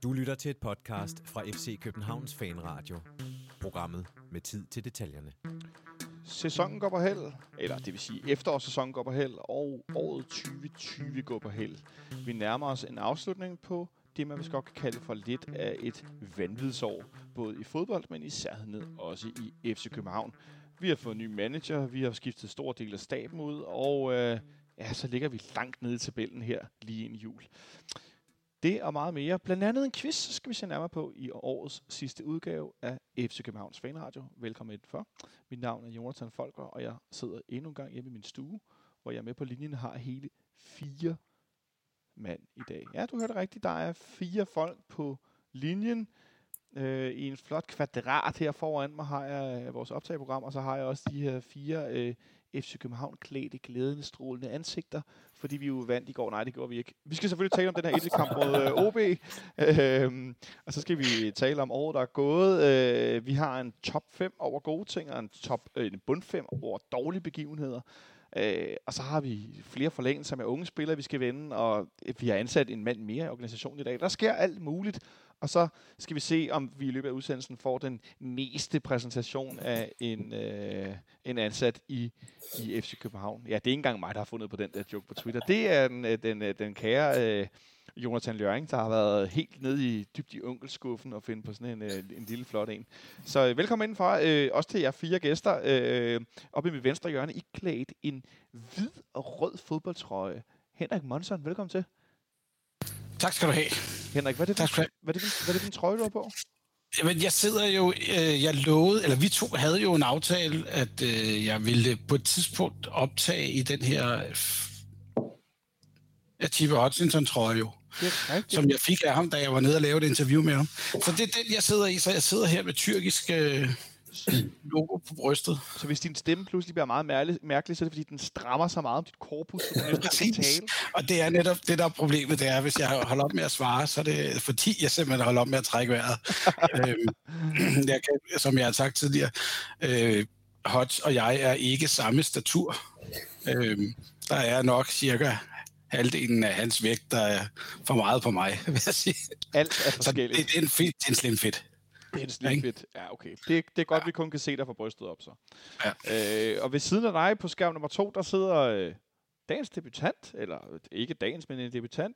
Du lytter til et podcast fra FC Københavns Fanradio. Programmet med tid til detaljerne. Sæsonen går på held, eller det vil sige efterårssæsonen går på held, og året 2020 går på held. Vi nærmer os en afslutning på det, man godt kan kalde for lidt af et vanvidsår, både i fodbold, men i særhed også i FC København. Vi har fået en ny manager, vi har skiftet stor del af staben ud, og så ligger vi langt nede i tabellen her lige ind i jul. Det og meget mere, blandt andet en quiz, skal vi se nærmere på i årets sidste udgave af FC Københavns Fanradio. Velkommen indenfor. Mit navn er Jonathan Folker, og jeg sidder endnu en gang hjemme i min stue, hvor jeg med på linjen har hele 4 mand i dag. Ja, du hørte rigtigt, der er 4 folk på linjen. I en flot kvadrat her foran mig har jeg vores optageprogram, og så har jeg også de her 4 FC København klædte, glædende, strålende ansigter, fordi vi jo vandt i går. Nej, det gjorde vi ikke. Vi skal selvfølgelig tale om den her 1-kamp mod OB, og så skal vi tale om året, der er gået. Vi har en top 5 over gode ting, og en bund 5 over dårlige begivenheder. Og så har vi flere forlængelser med unge spillere, vi skal vende, og vi har ansat en mand mere i organisationen i dag. Der sker alt muligt, og så skal vi se, om vi i løbet af udsendelsen får den næste præsentation af en ansat i FC København. Ja, det er ikke engang mig, der har fundet på den der joke på Twitter. Det er den kære Jonathan Løring, der har været helt nede dybt i onkelskuffen og finde på sådan en lille flot en. Så velkommen indenfor, også til jer 4 gæster. Oppe i mit venstre hjørne, iklædt en hvid og rød fodboldtrøje. Henrik Monson, velkommen til. Tak skal du have. Henrik, hvad er det din trøje, du har på? Jamen, jeg sidder jo, jeg lovede, eller vi to havde jo en aftale, at jeg ville på et tidspunkt optage i den her Atiba Hutchinson-trøje jo, som jeg fik af ham, da jeg var nede og lavede et interview med ham. Så det er den, jeg sidder i, så jeg sidder her med tyrkisk logo på brystet. Så hvis din stemme pludselig bliver meget mærkelig, så er det fordi, den strammer så meget om dit korpus, så du næsten kan tale. Og det er netop det, der er problemet, det er, hvis jeg holder op med at svare, så er det fordi, jeg simpelthen holder op med at trække vejret. Jeg kan, som jeg har sagt tidligere, Hutch og jeg er ikke samme statur. Der er nok cirka halvdelen af hans vægt, der er for meget på mig, vil jeg sige. Alt er forskelligt. Så det er en slim fit. Det er en slim fit. Ja, okay. Det er godt, vi kun kan se dig fra brystet op, så. Ja. Og ved siden af dig på skærm nummer 2, der sidder dagens debutant, eller ikke dagens, men en debutant,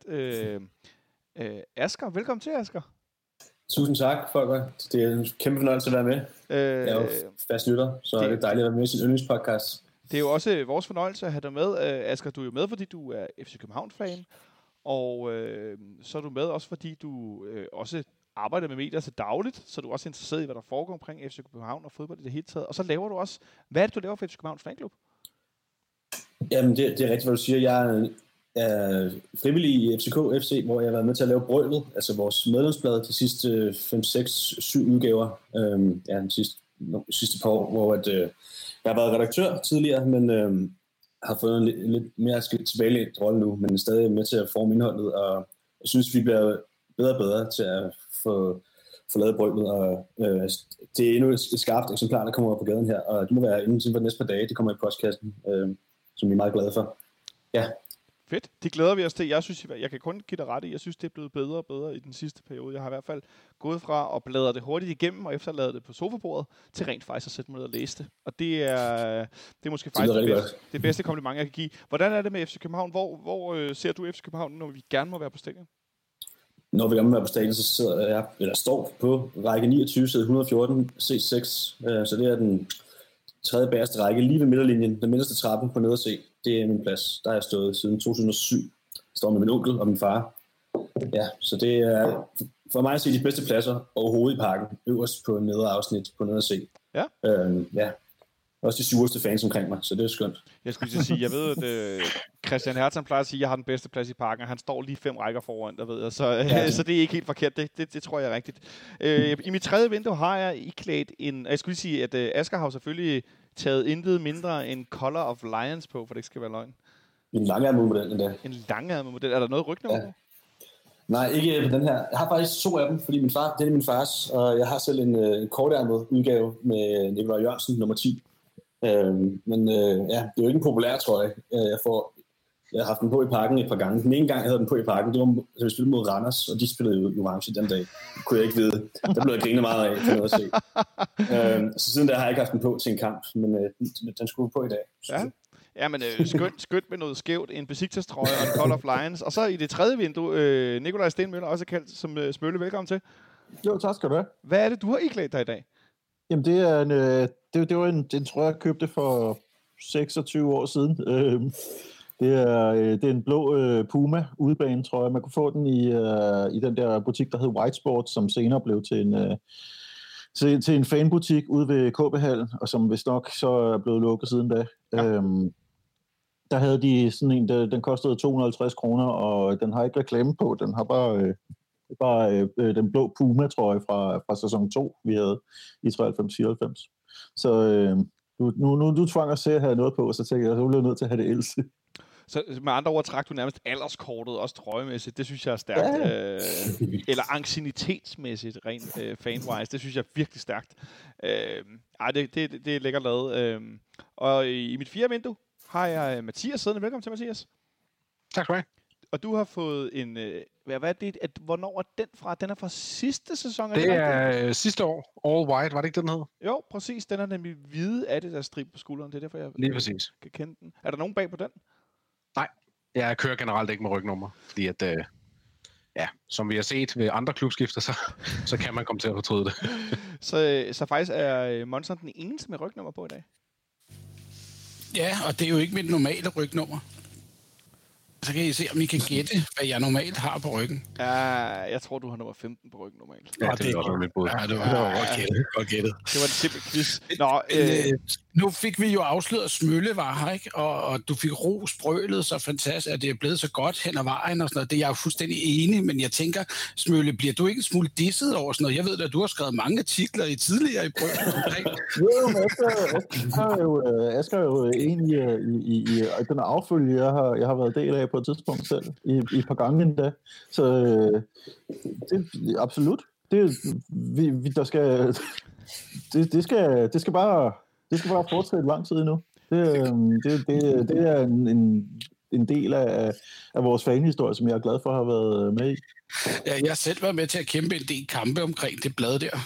Asger. Velkommen til, Asger. Tusind tak, Folker. Det er en kæmpe fornøjelse at være med. Jeg er jo fast lytter, så det er dejligt at være med i sin yndlingspodcast. Det er jo også vores fornøjelse at have dig med. Asger, du er jo med, fordi du er FC København-fan, og så er du med også, fordi du også arbejder med medier til dagligt, så du er også interesseret i, hvad der foregår omkring FC København og fodbold i det hele taget. Og så laver du også, hvad er det, du laver for FC Københavns fanklub? Jamen, det er rigtigt, hvad du siger. Jeg er frivillig i FCK FC, hvor jeg har været med til at lave Brølet, altså vores medlemsblad, de sidste 5, 6, 7 udgaver, de sidste par år, hvor jeg har været redaktør tidligere, men har fået en lidt mere tilbagelænt rolle nu, men stadig med til at forme indholdet, og jeg synes, vi bliver bedre og bedre til at få lavet Brølet, og det er endnu et skarpt eksemplar, der kommer op på gaden her, og det må være inden for de næste par dage, det kommer i postkassen, som vi er meget glade for. Ja. Fedt. Det glæder vi os til. Jeg kan kun give dig ret i. Jeg synes, det er blevet bedre og bedre i den sidste periode. Jeg har i hvert fald gået fra at bladre det hurtigt igennem, og efterlade det på sofabordet, til rent faktisk at sætte mig ned og læse det. Og det er måske faktisk det bedste kompliment, jeg kan give. Hvordan er det med FC København? Hvor ser du FC København, når vi gerne må være på stadion? Når vi gerne må være på stadion, så står på række 29, sæde 114, C6. Så det er den tredje bagerste række, lige ved midterlinjen, den midterste trappen på nede C. Det er min plads. Der har jeg stået siden 2007. Jeg står med min onkel og min far. Ja, så det er for mig at se de bedste pladser overhovedet i parken, øverst på nedre afsnit på nede C. Ja. Ja. Også de sureste fans omkring mig, så det er skønt. Jeg skulle lige sige, jeg ved, at Christian Hertzen plejer at sige, at jeg har den bedste plads i parken, og han står lige 5 rækker foran, der ved jeg. Så det er ikke helt forkert. Det tror jeg er rigtigt. I mit tredje vindue har jeg iklædt jeg skulle lige sige, at Asger har selvfølgelig taget intet mindre end Color of Lions på, for det ikke skal være løgn. En langærmet model endda. En langærmet model. Er der noget rygnummer på? Nej, ikke på den her. Jeg har faktisk 2 af dem, fordi det er min fars, og jeg har selv en kortærmet udgave med Nikolaj Jørgensen, nummer 10. Men det er jo ikke en populær trøje, jeg får. Jeg har haft den på i parken et par gange. Den ene gang, jeg havde den på i parken, det var, så vi spillede mod Randers, og de spillede jo orange den dag. Det kunne jeg ikke vide. Der blev jeg grinet meget af, for noget at se. Så siden der har jeg ikke haft den på til en kamp, men den skulle på i dag. Ja. Ja, men skønt med noget skævt, en Besiktas-trøje og en Call of Lions. Og så i det tredje vindue, Nikolaj Stenmøller, også kaldt som Smølle. Velkommen til. Jo, tak skal du have. Hvad er det, du har iklædt dig i dag? Jamen, det er det var en trøje, jeg købte for 26 år siden. Det er en blå Puma udebane, tror jeg. Man kunne få den i den der butik, der hed White Sport, som senere blev til en fanbutik ude ved KB-hallen, og som vist nok så er blevet lukket siden da. Ja. Der havde de sådan en, den kostede 250 kroner, og den har ikke reklame på. Den har bare den blå Puma, tror jeg, fra sæson 2, vi havde i 93-94. Så nu tvang jeg at have noget på, så tænkte jeg, at jeg blev nødt til at have det ældste. Så med andre ord trak du nærmest alderskortet, også trøjemæssigt. Det synes jeg er stærkt. Ja. Eller anciennitetsmæssigt, rent fanwise. Det synes jeg er virkelig stærkt. Det er lækkert lavet. Og i mit 4. vindue har jeg Mathias siddende. Velkommen til, Mathias. Tak skal du have. Og du har fået en... hvad er det? Hvornår er den fra? Den er fra sidste sæson? Det er sidste år. All White, var det ikke den hed? Jo, præcis. Den er nemlig hvide af det der strip på skulderen. Det er derfor, jeg lige præcis kan kende den. Er der nogen bag på den? Nej, jeg kører generelt ikke med rygnummer. Fordi at, som vi har set ved andre klubskifter, så kan man komme til at fortryde det. så faktisk er Monster den eneste med rygnummer på i dag? Ja, og det er jo ikke mit normale rygnummer. Så kan I se, om I kan gætte, hvad jeg normalt har på ryggen. Ja, jeg tror, du har nummer 15 på ryggen normalt. Ja, det er også mit bud. Ja, det var godt gættet. Det var en simpel quiz. Nå, nu fik vi jo afsløret, at Smølle var her, ikke? Og du fik ros brølet så fantastisk, at det er blevet så godt hen ad vejen og sådan noget. Det er jeg jo fuldstændig enig, men jeg tænker, Smølle, bliver du ikke en smule disset over sådan noget? Jeg ved at du har skrevet mange artikler i tidligere i brølet. Jo, men jeg skrev jo en i den affølge, jeg har været del af på et tidspunkt selv, i et par gange endda. Så det absolut. Det skal bare fortsætte lang tid endnu. Det er en del af vores fanhistorie, som jeg er glad for at have været med i. Ja, jeg har selv været med til at kæmpe en del kampe omkring det blad der.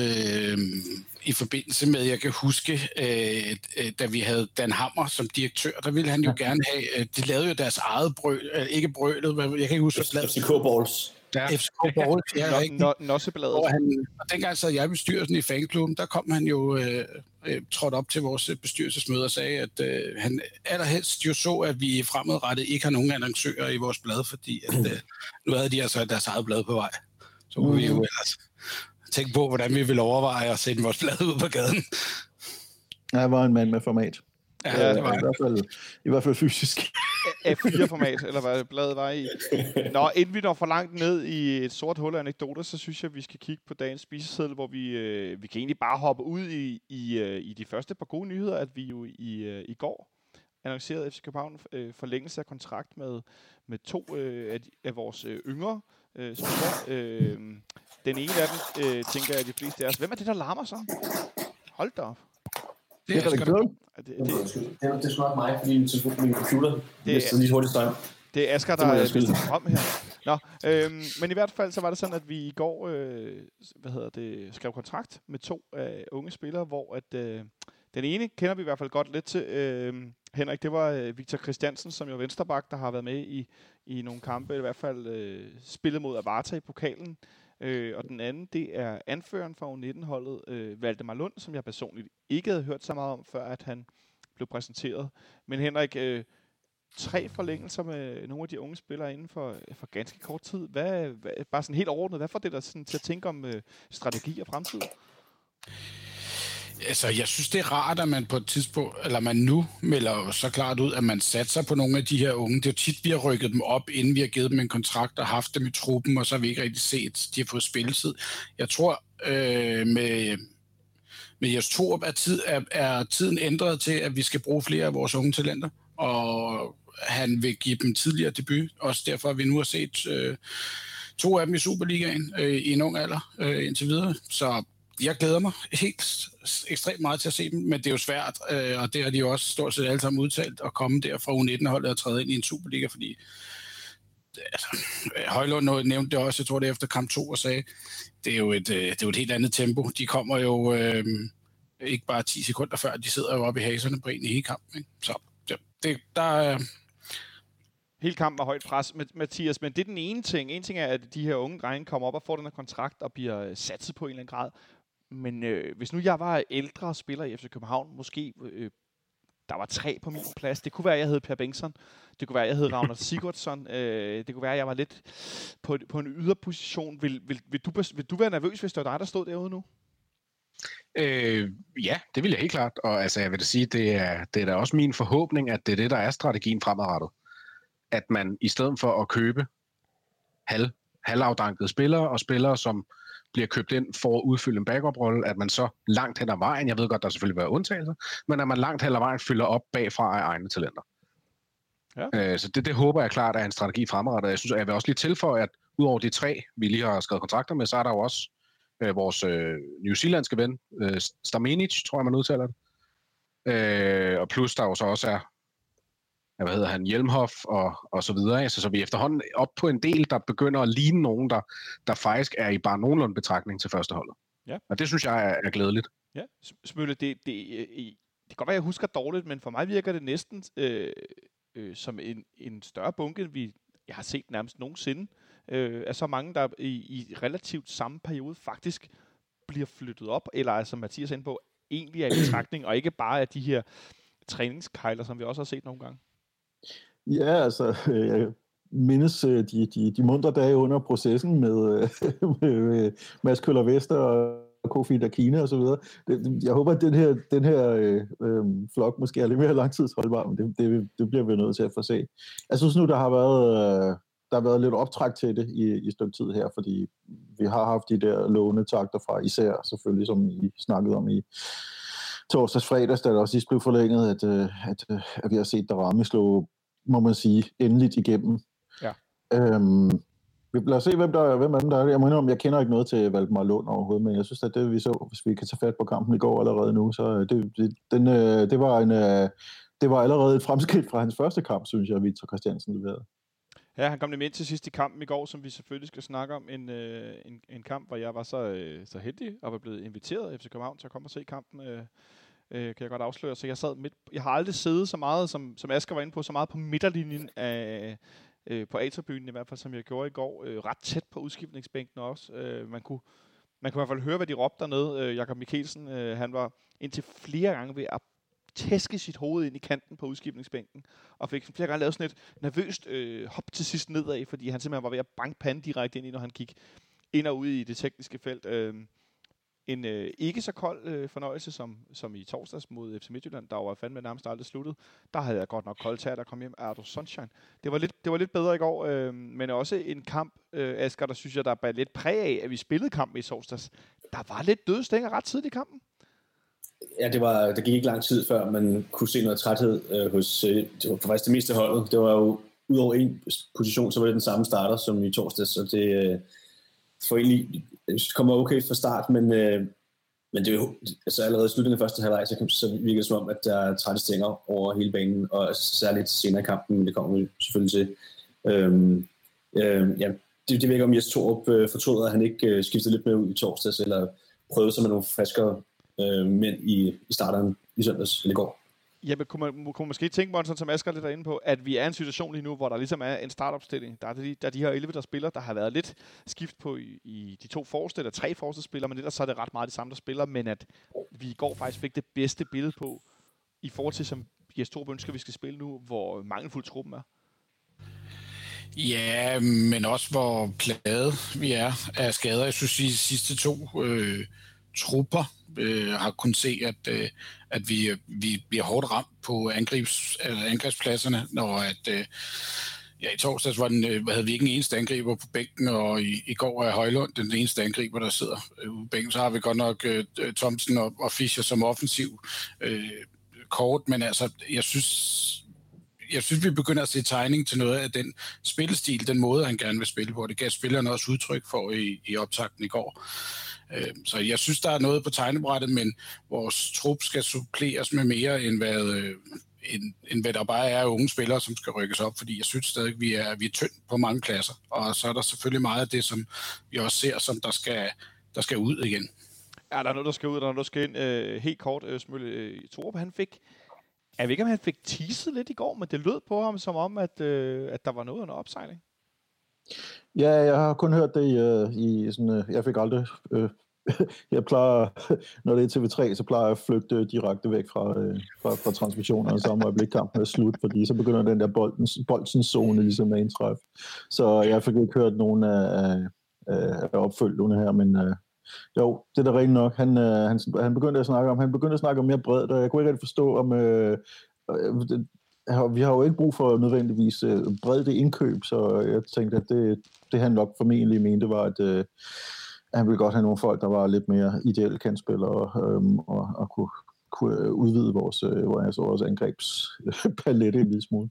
I forbindelse med, jeg kan huske, da vi havde Dan Hammer som direktør, der ville han jo gerne have, de lavede jo deres eget brøl, ikke brølet, jeg kan ikke huske, hvad bladet. FCK Balls. Ja. FCK Balls, ja, ikke. Nossebladet. Og dengang sad jeg i bestyrelsen i fanklubben, der kom han jo trådt op til vores bestyrelsesmøde og sagde, at han allerhelst jo så, at vi fremadrettet ikke har nogen annoncører i vores blad, fordi at, nu havde de altså deres eget blad på vej. Så kunne vi jo ellers tænke på, hvordan vi ville overveje at sætte vores blad ud på gaden. Jeg var en mand med format. Ja, det var i hvert fald fysisk. A4-format, eller hvad bladet var i. Nå, inden vi når for langt ned i et sort hul af anekdoter, så synes jeg, vi skal kigge på dagens spiseseddel, hvor vi kan egentlig bare hoppe ud i de første par gode nyheder, at vi jo i går annoncerede FC København forlængelse af kontrakt med 2 af vores yngre spillere. Den ene af dem, tænker jeg, de fleste af os. Hvem er det, der larmer så? Hold da op. Det er Asger. Det er sgu nok mig, fordi min computer er lige hurtigt strøm. Det er Asger, der er frem her. Nå, men i hvert fald så var det sådan, at vi i går skrev kontrakt med 2 unge spillere, hvor at den ene kender vi i hvert fald godt lidt til. Henrik, det var Victor Christiansen, som jo venstreback, der har været med i nogle kampe, i hvert fald spillet mod Avarta i pokalen. Og den anden, det er anføreren for U19-holdet, Valdemar Lund, som jeg personligt ikke havde hørt så meget om, før at han blev præsenteret. Men Henrik, 3 forlængelser med nogle af de unge spillere inden for ganske kort tid. Bare sådan helt overordnet, hvad får det der sådan til at tænke om strategi og fremtid? Altså, jeg synes, det er rart, at man på et tidspunkt, eller man nu melder så klart ud, at man satser på nogle af de her unge. Det er jo tit, vi har rykket dem op, inden vi har givet dem en kontrakt og haft dem i truppen, og så har vi ikke rigtig set, de har fået spilletid. Jeg tror, med Jes Torup er tiden ændret til, at vi skal bruge flere af vores unge talenter, og han vil give dem tidligere debut. Også derfor, at vi nu har set 2 af dem i Superligaen i en ung alder indtil videre. Så Jeg glæder mig helt ekstremt meget til at se dem, men det er jo svært, og det har de jo også stort set alle sammen udtalt, at komme der fra U19-holdet og træde ind i en Superliga, fordi altså, Højlund nævnte det også, jeg tror det efter kamp 2, og sagde, det er jo et helt andet tempo. De kommer jo ikke bare 10 sekunder før, de sidder jo oppe i haserne på en i hele kampen. Ikke? Så der er... Hele kampen er højt pres, Mathias, men det er den ene ting. En ting er, at de her unge drenge kommer op og får den her kontrakt og bliver satset på en eller anden grad. Men hvis nu jeg var ældre spiller i FC København, måske der var 3 på min plads. Det kunne være, at jeg hed Per Bengtsson. Det kunne være, at jeg hed Ragnar Sigurdsson. Det kunne være, at jeg var lidt på en yderposition. Vil du være nervøs, hvis det var dig, der stod derude nu? Ja, det vil jeg helt klart. Og altså, jeg vil da sige, det er da også min forhåbning, at det er det, der er strategien fremadrettet. At man i stedet for at købe halvafdankede spillere og spillere, som bliver købt ind for at udfylde en backup-rolle, at man så langt hen ad vejen, jeg ved godt, der selvfølgelig vil være undtagelser, men at man langt hen ad vejen fylder op bagfra af egne talenter. Ja. Så det håber jeg klart er en strategi fremadrettet. Jeg synes, at jeg vil også lige tilføje, at udover de 3, vi lige har skrevet kontrakter med, så er der jo også vores New Zealandske ven, Stamenic, tror jeg, man udtaler det. Og plus der jo så også er Hjelmhoff og så videre. Så vi er efterhånden op på en del, der begynder at ligne nogen, der faktisk er i bare nogenlunde betragtning til førsteholdet. Ja. Og det synes jeg er glædeligt. Ja, Smølle, det kan godt være, jeg husker dårligt, men for mig virker det næsten som en større bunke, jeg har set nærmest nogensinde. Af så mange, der i relativt samme periode faktisk bliver flyttet op, eller altså Mathias er inde på, egentlig er i betragtning, og ikke bare af de her træningskejler, som vi også har set nogle gange. Ja, altså, jeg mindes de muntre dage under processen med Mads Køller Vester og Kofi Dakina og så videre. Jeg håber, at den her flok måske er lidt mere langtidsholdbar, men det bliver vi nødt til at få se. Jeg synes nu, der har været lidt optræk til det i stykke tid her, fordi vi har haft de der lovende takter fra især, selvfølgelig, som I snakkede om i torsdags fredags, da der også sidst blev forlænget, at vi har set der ramme slå, må man sige, endeligt igennem. Ja. Lad os se, hvem af dem der er. Jeg må indrømme, jeg kender ikke noget til Valdemar Lund overhovedet, men jeg synes, at det vi så, hvis vi kan tage fat på kampen i går allerede nu, så det var allerede et fremskridt fra hans første kamp, synes jeg, Victor Christiansen leverede. Ja, han kom nemlig ind til sidst i kampen i går, som vi selvfølgelig skal snakke om. En kamp, hvor jeg var så heldig og var blevet inviteret af FC København til at komme og se kampen. Kan jeg godt afsløre. Så jeg sad midt. Jeg har aldrig siddet så meget, som Asger var inde på, så meget på midterlinjen på A-tribunen i hvert fald, som jeg gjorde i går. Ret tæt på udskiftningsbænken også. Man kunne i hvert fald høre, hvad de råbte dernede. Jakob Mikkelsen, han var indtil flere gange ved at tæske sit hoved ind i kanten på udskiftningsbænken, og fik flere gange lavet sådan et nervøst hop til sidst nedad, fordi han simpelthen var ved at banke panden direkte ind i, når han gik ind og ud i det tekniske felt. En ikke så kold fornøjelse som i torsdags mod FC Midtjylland, der var fandme nærmest aldrig sluttet. Der havde jeg godt nok koldt tær, der kom hjem. Er du sunshine? Det var lidt bedre i går, men også en kamp, Asger, der synes jeg, der er lidt præg af, at vi spillede kampen i torsdags. Der var lidt døde stænger ret tidligt i kampen. Ja, der gik ikke lang tid, før man kunne se noget træthed hos det var faktisk det meste holdet. Det var jo udover en position, så var det den samme starter som i torsdags, så det for egentlig kommer okay fra start, men det er jo altså allerede i slutningen af første halvleg, så virker det som om, at der er trætte stænger over hele banen, og særligt senere i kampen, men det kommer vi selvfølgelig til. Ja, det virker om Jes Torup fortrød, at han ikke skiftede lidt mere ud i torsdags, eller prøvede sig med nogle friskere mænd i starteren i søndags eller i går. Ja, men kunne man måske tænke, Monson, som Asger lidt er inde på, at vi er i en situation lige nu, hvor der ligesom er en startopstilling. Der er de her 11, der spiller. Der har været lidt skift på i de 2 forreste, eller 3 forreste spillere, men ellers så er det ret meget de samme, der spiller, men at vi i går faktisk fik det bedste billede på, i forhold til, som Jes Torup ønsker, vi skal spille nu, hvor mangelfuld truppen er. Ja, men også hvor plade vi er af skader. Jeg synes, de sidste 2 trupper har kunnet se, at vi bliver hårdt ramt på angrebspladserne, når i torsdags havde vi ikke en eneste angriber på bænken, og i går er Højlund den eneste angriber, der sidder ude på bænken. Så har vi godt nok Thomsen og Fischer som offensiv kort, men altså, jeg synes jeg synes, vi begynder at se tegning til noget af den spillestil, den måde, han gerne vil spille på. Det gav spillerne også udtryk for i optakten i går. Så jeg synes, der er noget på tegnebrættet, men vores trup skal suppleres med mere, end hvad der bare er unge spillere, som skal rykkes op, fordi jeg synes stadig, vi er tynd på mange pladser. Og så er der selvfølgelig meget af det, som vi også ser, som der skal ud igen. Ja, der er noget, der skal ud, der er noget, der skal ind. Helt kort, Smølle Thorup, jeg ved ikke, om han fik teaset lidt i går, men det lød på ham som om, at der var noget under opsejling. Ja, jeg har kun hørt det i sådan... Jeg fik aldrig... Jeg plejer, når det er TV3, så plejer jeg at flygte direkte væk fra transmissionerne, så må kampen er slut, fordi så begynder den der boldsens zone ligesom at indtræffe. Så jeg fik ikke hørt nogen af opfølgende her, men jo, det er da rent nok. Han begyndte at snakke om mere bredt, og jeg kunne ikke rigtig forstå, om vi har jo ikke brug for nødvendigvis bredt indkøb, så jeg tænkte, at det han nok formentlig mente var, at han ville godt have nogle folk, der var lidt mere ideelle kantspillere og kunne udvide vores angrebspalette en lille smule.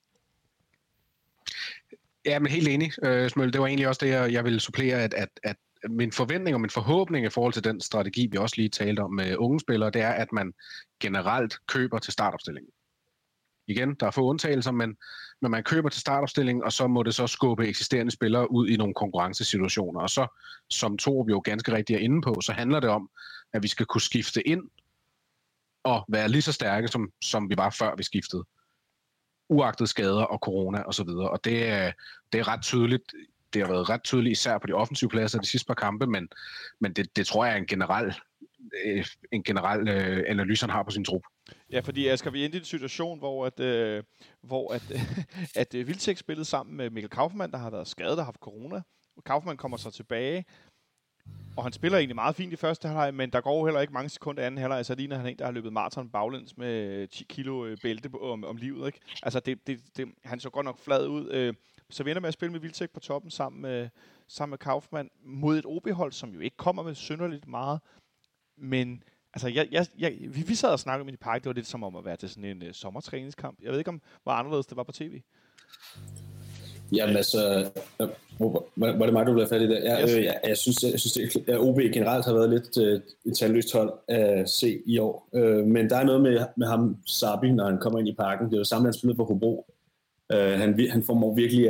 Ja, men helt enig, Smølle. Det var egentlig også det, jeg ville supplere, at min forventning og min forhåbning i forhold til den strategi, vi også lige talte om med unge spillere, det er, at man generelt køber til startopstillingen. Igen, der er få undtagelser, men man køber til startopstillingen, og så må det så skubbe eksisterende spillere ud i nogle konkurrencesituationer. Og så, som Thorup jo ganske rigtigt er inde på, så handler det om, at vi skal kunne skifte ind og være lige så stærke, som vi var før vi skiftede. Uagtet skader og corona osv. Og det er ret tydeligt. Det har været ret tydeligt, især på de offensive pladser de sidste par kampe, men det tror jeg er en generel analyse, han har på sin trup. Ja, fordi Asger, vi endte i en situation, hvor Wilczek spillede sammen med Mikkel Kaufmann, der har været skadet og har haft corona. Kaufmann kommer så tilbage, og han spiller egentlig meget fint i første halvleg, men der går heller ikke mange sekunder i anden halvleg, så ligner han en, der har løbet maraton baglæns med 10 kilo bælte om livet, ikke? Altså, han så godt nok flad ud. Så vi ender med at spille med Wilczek på toppen sammen med Kaufmann mod et OB-hold, som jo ikke kommer med synderligt meget, men altså, vi sad og snakkede med i park, det var lidt som om at være til sådan en sommertræningskamp. Jeg ved ikke, hvor anderledes det var på tv. Jamen altså, var det mig, du blev fat i der? Jeg synes at OB generelt har været lidt et talløst hold at se i år. Men der er noget med ham, Sabi, når han kommer ind i parken. Det er jo samme, han spillede på Hobro. Han formår virkelig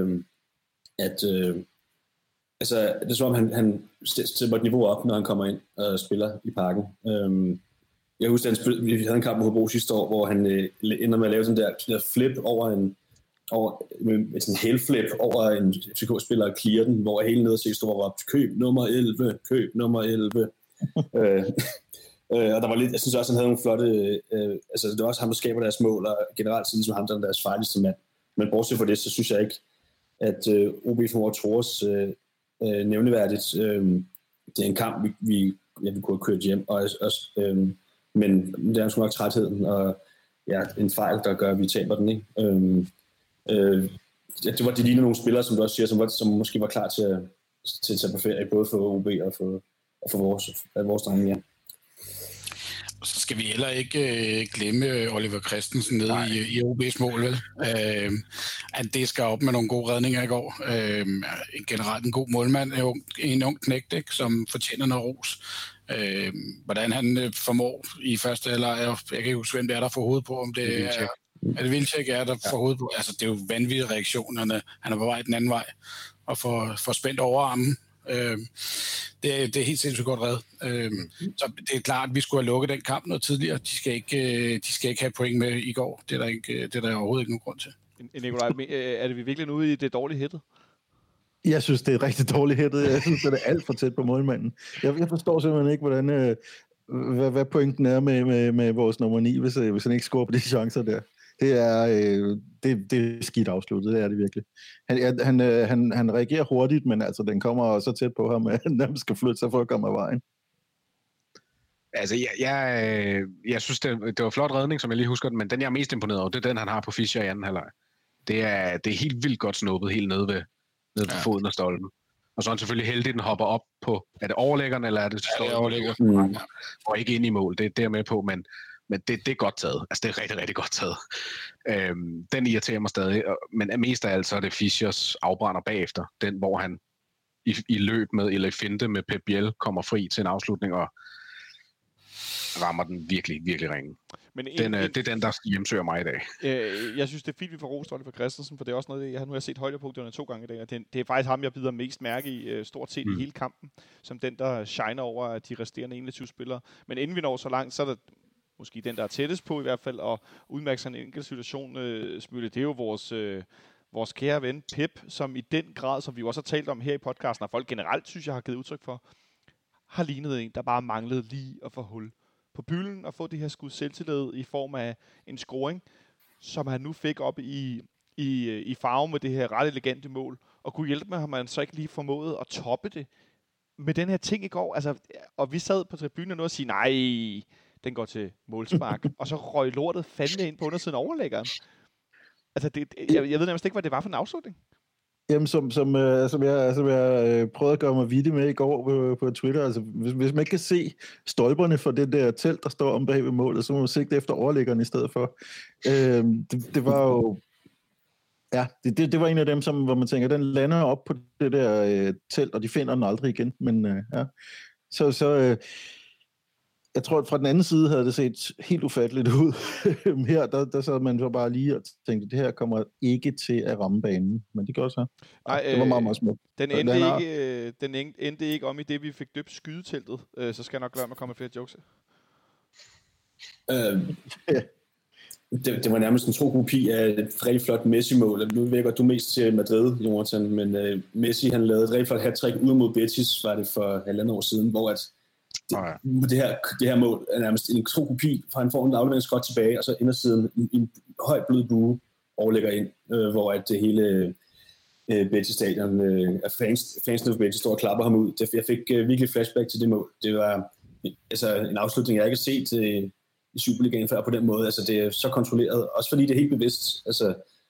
altså, det er som om, han stepper et niveau op, når han kommer ind og spiller i parken. Jeg husker, vi havde en kamp med Hobro sidste år, hvor han ender med at lave sådan der flip over sådan en hælflip over en FCK-spiller og clear den, hvor hele nede står op, køb nummer 11, køb nummer 11. Og der var lidt, jeg synes også, han havde nogle flotte, altså det er også ham, der skaber deres mål, og generelt så ligesom ham, der er deres farligste mand. Men bortset fra det, så synes jeg ikke, at OB formår Thores nævneværdigt. Det er en kamp, vi kunne have kørt hjem, men det er sgu nok trætheden, og en fejl, der gør, at vi taber den, ikke? Det ligner nogle spillere, som du også siger, som måske var klar til at tage på ferie, både for OB og for vores drenge, ja. Så skal vi heller ikke glemme Oliver Christensen nede i OB's mål, vel? At det skal op med nogle gode redninger i går. Generelt en god målmand, en ung knægt, ikke, som fortjener noget ros. Hvordan han formår i første halvleg, jeg kan ikke huske, hvem det er, der får hovedet på, om det er det Wilczek, der får hovedet på. Altså, det er jo vanvittige reaktioner. Han er på vej den anden vej og får spændt overarmen. Det er helt sindssygt godt reddet. Så det er klart, at vi skulle have lukket den kamp noget tidligere. De skal ikke have point med i går. Det er der overhovedet ikke nogen grund til. Nikolaj, er det vi virkelig ude i det dårlige hættet? Jeg synes, det er rigtig dårligt hættet. Jeg synes, det er alt for tæt på målmanden. Jeg forstår simpelthen ikke, hvordan, hvad pointen er med vores nummer 9, hvis han ikke scorer på de chancer der. Det er skidt afsluttet, det er det virkelig. Han reagerer hurtigt, men altså, den kommer så tæt på ham, at han nærmest skal flytte sig for at komme af vejen. Altså, jeg synes, det var flot redning, som jeg lige husker den, men den, jeg er mest imponeret over, det er den, han har på Fischer i anden halvleg. Det er helt vildt godt snuppet, helt nede på foden af stolpen. Og så er han selvfølgelig heldig, den hopper op på, er det overlæggeren, eller er det overlæggeren? Og ikke ind i mål, det er der med på, men Men det er godt taget. Altså, det er rigtig, rigtig godt taget. Den irriterer mig stadig, men mest af alt så er det Fischers afbrænder bagefter. Den, hvor han i løb med, eller i finte med Pep Biel, kommer fri til en afslutning og rammer den virkelig, virkelig ringe. Men det er den, der hjemsøger mig i dag. Jeg synes, det er fint, vi får rost Oliver Christensen, for det er også noget, nu har jeg set højdepunkterne 2 gange i dag, og det er faktisk ham, jeg bider mest mærke i, stort set i hele kampen, som den, der shiner over de resterende 21 spillere. Men inden vi når så langt, så er der måske den, der er tættest på i hvert fald, og udmærke sig en enkelt situation, Smylle, det er jo vores kære ven Pep, som i den grad, som vi også har talt om her i podcasten, og folk generelt, synes jeg, har givet udtryk for, har lignet en, der bare manglede lige at få hul på bylden og få det her skud selvtillid i form af en scoring, som han nu fik op i farve med det her ret elegante mål, og kunne hjælpe med, at man så ikke lige formåede at toppe det med den her ting i går. Altså, og vi sad på tribunen og sige, nej, den går til målspark, og så røg lortet fandme ind på undersiden overlæggeren. Altså, jeg ved nærmest ikke, hvad det var for en afslutning. Jamen, som jeg prøvede at gøre mig vittig med i går på Twitter, altså hvis man ikke kan se stolperne for det der telt, der står om bag ved målet, så må man sigte efter overlæggeren i stedet for. Det var jo... Ja, det var en af dem, hvor man tænker, den lander op på det der telt, og de finder den aldrig igen. Men ja, så jeg tror, at fra den anden side havde det set helt ufatteligt ud. Her, der sad man så bare lige og tænkte, det her kommer ikke til at ramme banen. Men det gør så. Nej, det var meget, meget smukt. Den endte ikke om i det, vi fik døbt skydeteltet. Så skal jeg nok lade mig komme med flere jokes. Det var nærmest en tro kopi af et rigtig flot Messi-mål. Nu ved jeg godt, du er mest til Madrid, Jonathan, men Messi, han lavede et rigtig flot hat-trick ud mod Betis, var det for 1,5 år siden, hvor at det her mål er nærmest en tro kopi, for han får en afleveringsskot tilbage, og så indersiden en høj blød bue overlægger ind, hvor at det hele Betis-stadion, fansene for Betis står og klapper ham ud. Jeg fik virkelig flashback til det mål. Det var altså en afslutning, jeg ikke har set i Superligaen før på den måde. Altså, det er så kontrolleret, også fordi det er helt bevidst. Altså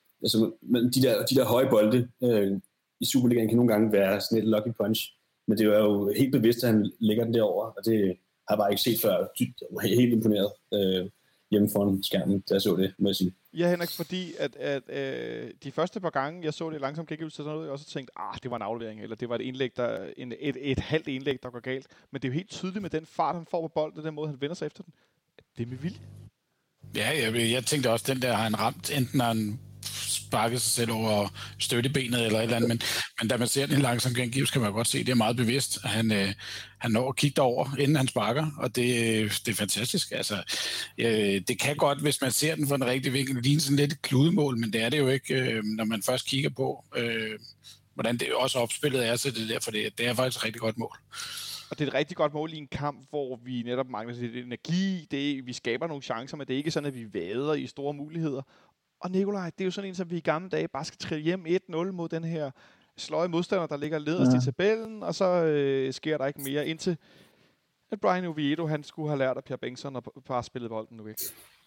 de der høje bolde i Superligaen kan nogle gange være sådan et lucky punch, men det er jo helt bevidst, at han lægger den derover, og det har jeg bare ikke set før. Jeg var helt imponeret hjemme foran skærmen, da jeg så det, må jeg sige. Ja, Henrik, fordi at de første par gange, jeg så det langsomt gik ud til sådan noget, jeg også tænkte, det var en aflevering, eller det var et indlæg, et halvt indlæg, der går galt. Men det er jo helt tydeligt med den fart, han får på bolden, og den måde, han vender sig efter den. Det er med vilje. Ja, jeg tænkte også, den der har han ramt, enten har han sparket sig selv over støttebenet eller et eller andet, men da man ser den langsomt gengives, kan man godt se, det er meget bevidst. Han når at kigge derover, inden han sparker, og det er fantastisk. Altså, det kan godt, hvis man ser den fra en rigtig vinkel, ligne sådan lidt et kludemål, men det er det jo ikke, når man først kigger på, hvordan det også opspillet er, så det derfor det er faktisk et rigtig godt mål. Og det er et rigtig godt mål i en kamp, hvor vi netop mangler lidt energi. Vi skaber nogle chancer, men det er ikke sådan, at vi vader i store muligheder. Og Nikolaj, det er jo sådan en, som vi i gamle dage bare skal trille hjem 1-0 mod den her sløje modstander, der ligger lederst i tabellen, og så sker der ikke mere, indtil at Brian Oviedo, han skulle have lært af Pierre Bengtsson at bare spille bolden nu væk.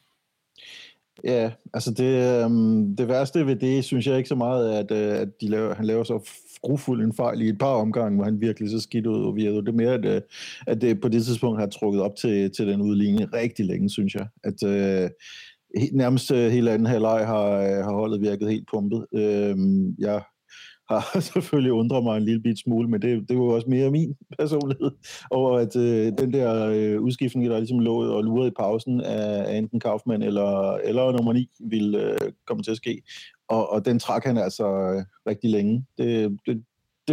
Ja, altså det værste ved det, synes jeg ikke så meget, at han laver så grufuld en fejl i et par omgange, hvor han virkelig så skidt ud Oviedo. Det er mere, at det på det tidspunkt har trukket op til den udligning rigtig længe, synes jeg. At nærmest hele anden halvleg har holdet virket helt pumpet. Jeg har selvfølgelig undret mig en lille bit smule, men det var jo også mere min personlighed over, at den der udskiftning, der ligesom lå og lurede i pausen af enten Kaufmann eller nummer 9, ville komme til at ske. Og den trak han altså rigtig længe. Det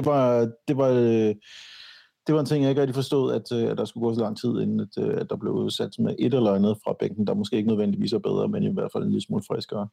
var en ting, jeg ikke rigtig forstod, at der skulle gå så lang tid, inden at der blev sat med et eller andet fra bænken, der måske ikke nødvendigvis er bedre, men i hvert fald en lille smule friskere.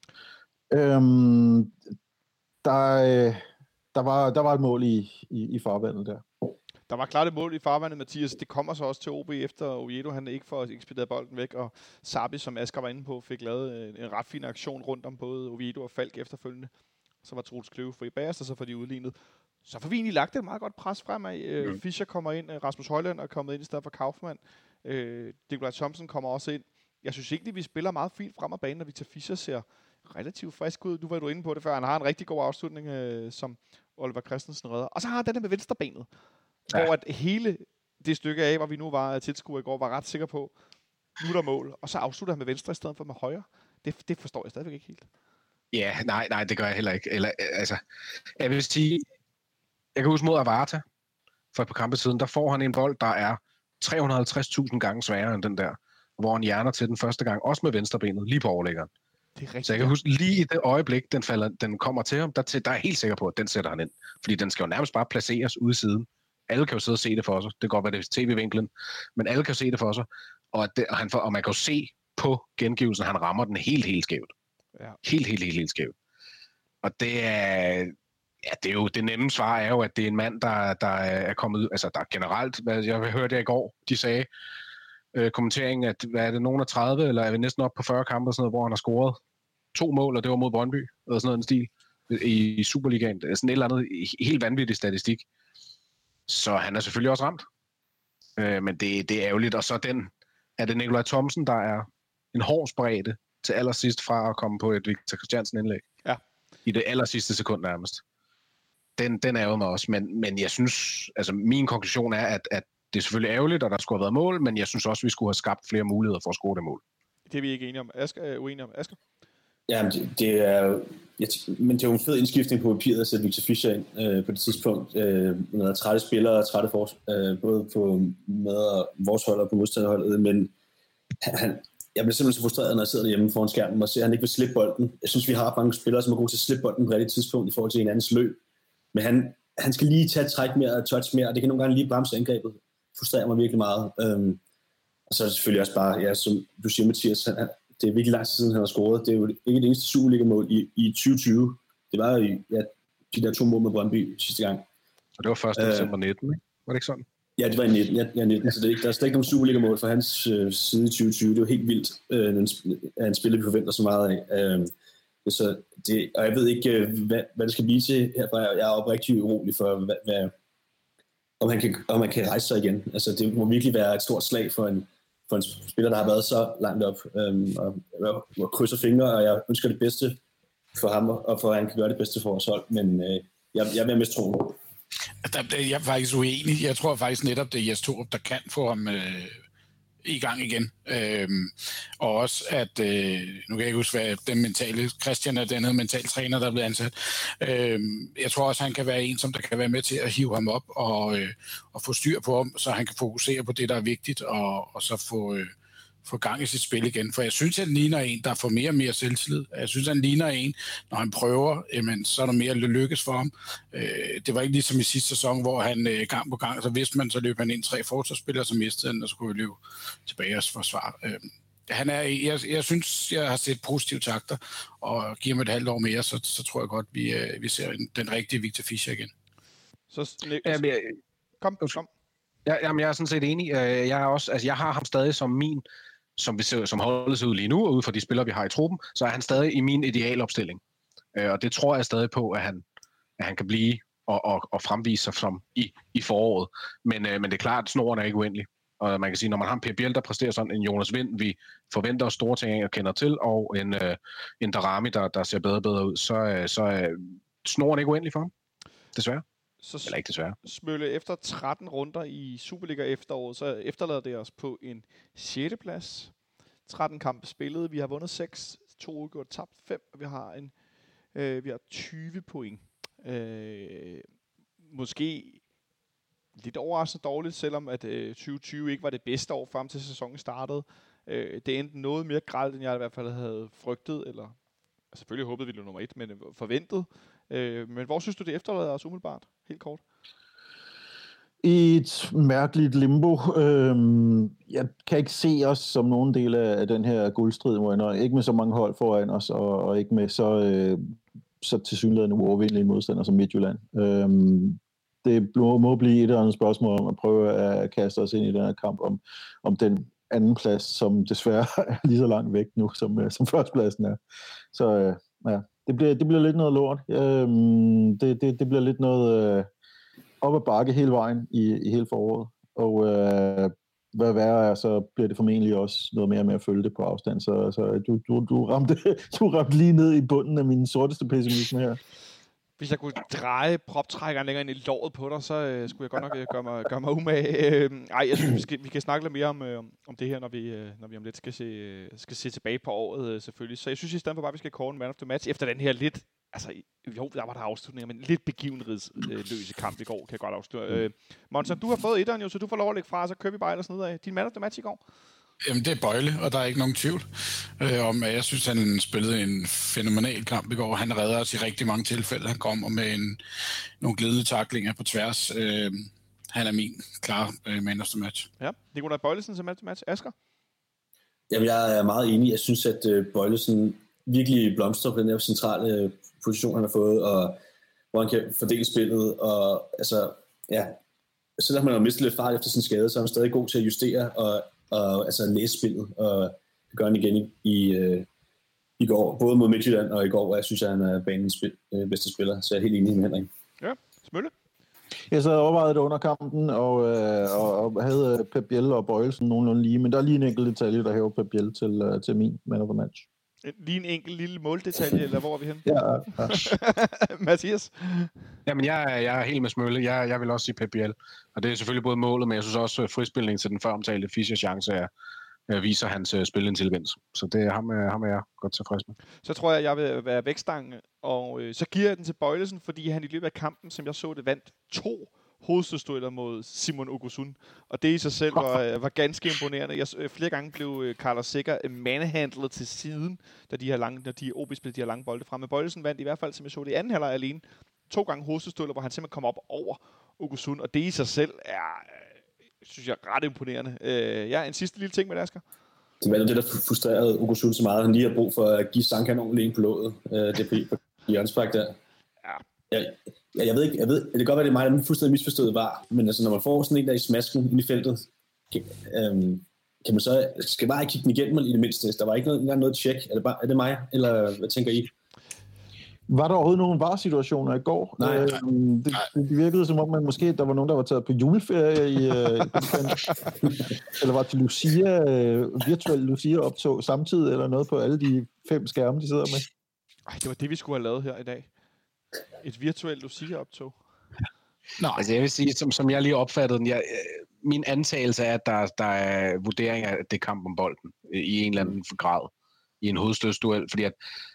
Der var et mål i farvandet der. Der var klart et mål i farvandet, Mathias. Det kommer så også til OB efter Oviedo. Han ikke får ekspederet bolden væk, og Sabi, som Asger var inde på, fik lavet en ret fin aktion rundt om både Oviedo og Falk efterfølgende. Så var Troels Kløve fri bagerst, og så får de udlignet. Så får vi egentlig lagt et meget godt pres fremad. Fischer kommer ind, Rasmus Højland er kommet ind i stedet for Kaufmann. Nikolaj Thomsen kommer også ind. Jeg synes ikke, vi spiller meget fint frem ad banen, når Victor Fischer ser relativt frisk ud. Nu var du inde på det før. Han har en rigtig god afslutning, som Oliver Christensen redder. Og så har han den der med venstrebenet, hvor at hele det stykke af, hvor vi nu var tilskuer i går, var ret sikker på, nu er der mål, og så afslutter han med venstre i stedet for med højre. Det forstår jeg stadigvæk ikke helt. Ja, nej, det gør jeg heller ikke. Eller, altså, jeg vil sige, jeg kan huske mod Avarta for et par kampe siden, der får han en bold, der er 350.000 gange sværere end den der, hvor han hjerner til den første gang, også med venstrebenet, lige på overlæggeren. Det er rigtigt. Så jeg kan huske, lige i det øjeblik, den kommer til ham, der er jeg helt sikker på, at den sætter han ind. Fordi den skal jo nærmest bare placeres ude i siden. Alle kan jo sidde og se det for sig. Det kan godt være, det er tv-vinklen, men alle kan jo se det for sig. Og man kan jo se på gengivelsen, at han rammer den helt skævt. Ja. Helt skævt. Og det er... Ja, det er jo det nemme svar er jo, at det er en mand, der er kommet ud... Altså, der er generelt... Jeg hørte det i går, de sagde... kommenteringen, at hvad er det, nogen af 30, eller er vi næsten op på 40 kampe, sådan noget, hvor han har scoret 2 mål, og det var mod Brøndby, eller sådan noget en stil, i Superligaen. Det er sådan et eller andet helt vanvittig statistik. Så han er selvfølgelig også ramt. Men det er ærgerligt. Og så er det Nikolaj Thomsen, der er en hård spredte til allersidst fra at komme på et Victor Christiansen-indlæg. Ja. I det allersidste sekund nærmest. Den ærger mig også. Men jeg synes, altså min konklusion er, at det er selvfølgelig ærgerligt, at der skulle have været mål, men jeg synes også, at vi skulle have skabt flere muligheder for at score det mål. Det er vi ikke enige om. Asger er uenige om. Asger? Ja, men det er jo en fed indskiftning på papiret at sætte Victor Fischer ind på det tidspunkt. Når der er trætte spillere og trætte både på med vores hold og på modstanderholdet, men jeg bliver simpelthen så frustreret, når jeg sidder hjemme foran skærmen og ser, at han ikke vil slippe bolden. Jeg synes, vi har mange spillere, som er gode til at slippe bolden på et rigtigt tidspunkt i forhold til en andens løb. Men han skal lige tage et træk mere og touch mere, og det kan nogle gange lige bremse angrebet. Frustrerer mig virkelig meget. Og så er det selvfølgelig også bare, ja, som du siger, Mathias, det er virkelig lang tid siden, han har scoret. Det er jo ikke det eneste Superliga-mål i 2020. Det var jo de der 2 mål med Brøndby sidste gang. Og det var 1. december 19, ikke? Var det ikke sådan? Ja, det var i 19. Ja, 19. Så der er slet ikke nogen Superliga-mål fra hans side i 2020. Det er jo helt vildt, at han spiller, vi forventer så meget af. Og jeg ved ikke, hvad det skal blive til herfra. Jeg er oprigtigt urolig for, om han kan rejse sig igen. Altså, det må virkelig være et stort slag for en spiller, der har været så langt op, og krydser fingre, og jeg ønsker det bedste for ham, og for at han kan gøre det bedste for os hold, men jeg vil mest tro. Jeg er faktisk uenig. Jeg tror faktisk netop, det er Jes Torup, der kan få ham i gang igen. Og også, at nu kan jeg ikke huske, hvad den mentale, Christian er den mental træner, der er blevet ansat. Jeg tror også, han kan være en, som der kan være med til at hive ham op og få styr på ham, så han kan fokusere på det, der er vigtigt, og så få gang i sit spil igen. For jeg synes, han ligner en, der får mere og mere selvtillid. Jeg synes, han ligner en, når han prøver, jamen, så er der mere lykkes for ham. Det var ikke ligesom i sidste sæson, hvor han gang på gang, så vidste man, så løb han ind 3 forsvarsspillere, så mistede han, og så kunne vi løbe tilbage og forsvare. Jeg synes, jeg har set positive takter, og giver mig et halvt år mere, så tror jeg godt, vi ser den rigtige Victor Fischer igen. Kom. Jamen, jeg er sådan set enig. Jeg har ham stadig som min, som holdet sig ud lige nu, og ud fra de spillere, vi har i truppen, så er han stadig i min idealopstilling. Og det tror jeg stadig på, at han kan blive og fremvise sig som i foråret. Men det er klart, at snoren er ikke uendelig. Og man kan sige, når man har en Per Biel, der præsterer sådan en Jonas Vind, vi forventer os store ting og kender til, og en Darami, der ser bedre og bedre ud, så er snoren ikke uendelig for ham. Desværre. Eller ikke desværre. Smølle, efter 13 runder i Superliga efteråret, så efterlader det os på en 6. plads. 13 kampe spillet. Vi har vundet 6, 2 udgjort, tabt 5, og vi har 20 point. Måske lidt overraskende dårligt, selvom at 2020 ikke var det bedste år frem til sæsonen startede. Det endte noget mere grelt, end jeg i hvert fald havde frygtet, eller selvfølgelig håbede vi blev nummer 1, men forventet. Men hvor synes du, det efterlader os umiddelbart? Helt kort. I et mærkeligt limbo. Jeg kan ikke se os som nogen del af den her guldstrid, ikke med så mange hold foran os, og ikke med så tilsyneladende uovervindelige modstandere som Midtjylland. Det må blive et eller andet spørgsmål om at prøve at kaste os ind i den her kamp om den anden plads, som desværre er lige så langt væk nu, som førstepladsen er. Så ja, det bliver lidt noget lort. Det bliver lidt noget op ad bakke hele vejen i hele foråret. Og hvad værre er, så bliver det formentlig også noget mere med at følge det på afstand. Så du ramte lige ned i bunden af min sorteste pessimisme her. Hvis jeg kunne dreje proptrækkeren længere ind i låret på dig, så skulle jeg godt nok gøre mig umage. Jeg synes, vi kan snakke lidt mere om det her, når vi om lidt skal se tilbage på året, selvfølgelig. Så jeg synes i stedet for bare, vi skal kåre en man of the match efter den her lidt... Altså, jo, der var der afslutninger, men lidt begivenhedsløse kamp i går, kan jeg godt afsløre. Monson, du har fået etteren jo, så du får lov at lægge fra, og så kører vi bare ellers nedad. Din man of the match i går? Jamen, det er Bøjle, og der er ikke nogen tvivl om, at jeg synes, han spillede en fænomenal kamp i går. Han redder os i rigtig mange tilfælde. Han kommer med nogle glidende tacklinger på tværs. Han er min klare man of the match. Ja, Nikolaj Bøjlesen som man of the match. Asger? Jamen, jeg er meget enig. Jeg synes, at Bøjlesen virkelig blomstrer på den her centrale position, han har fået, og hvor han kan fordele spillet. Og altså, ja, selvom man har mistet lidt fart efter sin skade, så er han stadig god til at justere og altså læse spillet, og det gør han igen i går, både mod Midtjylland og i går, hvor jeg synes, at han er banens bedste spiller, så jeg er helt enig med Henrik. Ja, Smølle? Jeg sad og overvejede det under kampen, og havde Pep Biel og Bøjelsen nogenlunde lige, men der er lige en enkelt detalje, der hæver Pep Biel til min man of the match. Lige en enkelt lille måldetalje, eller hvor er vi henne? Ja. Mathias? Jamen, jeg er helt med Smølle. Jeg vil også sige Pep Biel. Og det er selvfølgelig både målet, men jeg synes også, frispilning til den før omtalte Fischers chance viser hans spilintelligens. Så det er ham er jeg godt tilfreds med. Så tror jeg vil være vækstangen, og så giver jeg den til Bøjlesen, fordi han i løbet af kampen, som jeg så det, vandt 2 hovedstødstueller mod Simon Ogusun. Og det i sig selv var ganske imponerende. Flere gange blev Carlos Sikker manhandlet til siden, da de OB-spillede de her lange bolde frem. Men Bøjlesen vandt i hvert fald, som jeg så det i anden halvleg alene, 2 gange hovedstødstueller, hvor han simpelthen kom op over Ogusun. Og det i sig selv er, synes jeg, ret imponerende. En sidste lille ting med det, Asger. Det var det, der frustrerede Ogusun så meget. Han lige har brug for at give Sankan ordentligt ind på låget. Det på hjørnespark der. Ja. Jeg ved ikke, det kan godt være, det er mig, der fuldstændig misforstået var, men altså, når man får sådan en der i smasken ind i feltet, kan man så, skal bare ikke kigge den igennem i det mindste. Der var ikke engang noget tjek. Er det mig, eller hvad tænker I? Var der overhovedet nogle VAR-situationer i går? Nej. Det virkede som om, man måske der var nogen, der var taget på juleferie eller var til Lucia, virtuel Lucia-optog samtidig, eller noget på alle de 5 skærme, de sidder med. Det var det, vi skulle have lavet her i dag. Et virtuelt Lucia-optog. Nå, altså jeg vil sige, som jeg lige opfattede den, min antagelse er, at der er vurdering af det kamp om bolden i en eller anden grad i en hovedstødsduel, fordi at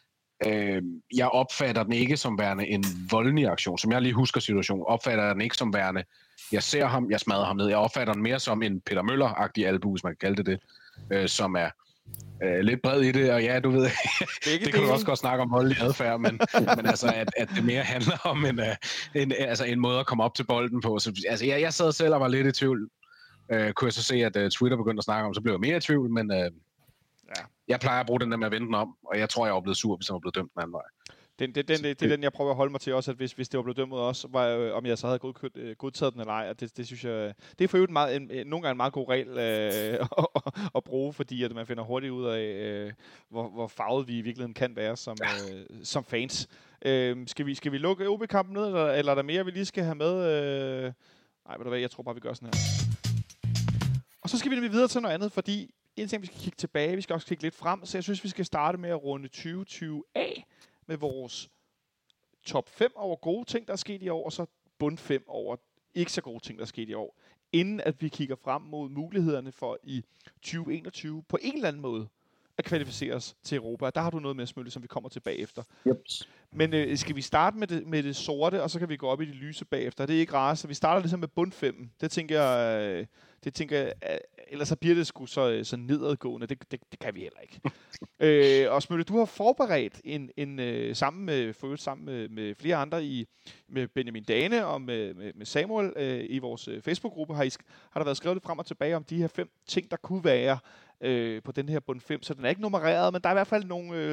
jeg opfatter den ikke som værende en voldelig aktion. Som jeg lige husker situationen, opfatter jeg den ikke som værende, jeg ser ham, jeg smadrer ham ned. Jeg opfatter den mere som en Peter Møller-agtig albu, hvis man kan kalde det, som er lidt bred i det, og ja, du ved, det kan du også godt snakke om voldelig adfærd, men altså, at det mere handler om en måde at komme op til bolden på. Så, altså, jeg sad selv og var lidt i tvivl. Kunne jeg så se, at Twitter begyndte at snakke om, så blev jeg mere i tvivl, men jeg plejer at bruge den der med at vende den om, og jeg tror, jeg var blevet sur, hvis jeg var blevet dømt den anden vej. Det er den, jeg prøver at holde mig til også, at hvis det var blevet dømt mod os, om jeg så havde godtaget den eller ej, og det synes jeg, det er for øvrigt nogle gange en meget god regel at bruge, fordi at man finder hurtigt ud af, hvor farvet vi i virkeligheden kan være som fans. Skal vi lukke OB-kampen ned, eller er der mere, vi lige skal have med? Nej, ved du hvad, jeg tror bare, vi gør sådan her. Og så skal vi nemlig videre til noget andet, fordi en ting, vi skal kigge tilbage, vi skal også kigge lidt frem, så jeg synes, vi skal starte med at runde 2020 af med vores top 5 over gode ting, der er sket i år, og så bund 5 over ikke så gode ting, der er sket i år, inden at vi kigger frem mod mulighederne for i 2021 på en eller anden måde at kvalificere os til Europa. Der har du noget med, Smølle, som vi kommer tilbage efter. Yep. Men skal vi starte med det sorte, og så kan vi gå op i det lyse bagefter. Det er ikke rart, så vi starter ligesom med bund 5. Det tænker jeg, ellers så bliver det sgu så nedadgående. Det kan vi heller ikke. Og Smølle, du har forberedt en sammen med flere andre med Benjamin Dane og med Samuel i vores Facebook-gruppe har der været skrevet lidt frem og tilbage om de her 5 ting, der kunne være på den her bund 5. Så den er ikke nummereret, men der er i hvert fald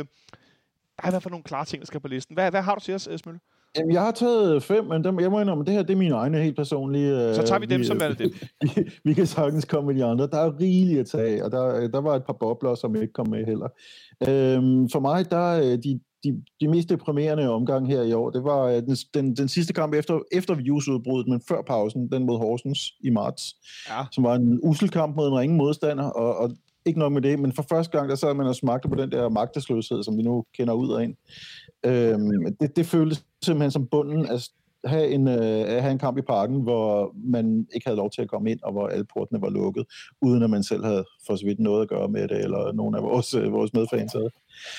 nogle klare ting, der skal på listen. Hvad har du til os, Smølle? Jamen, jeg har taget 5, men jeg må indrømme, det her det er mine egne helt personlige. Så tager vi dem som er det. Vi kan sagtens komme med de andre. Der er rigeligt at tage, og der var et par bobler, som ikke kom med heller. For mig, der er de mest deprimerende omgang her i år, det var den sidste kamp efter virusudbruddet, men før pausen, den mod Horsens i marts, som var en usel kamp mod en ringe modstander, og ikke nok med det, men for første gang, der sad man og smagte på den der magtesløshed, som vi nu kender ud af en. Det føltes simpelthen som bunden at have en kamp i Parken, hvor man ikke havde lov til at komme ind, og hvor alle portene var lukket, uden at man selv havde for så vidt noget at gøre med det, eller nogen af vores medfans havde.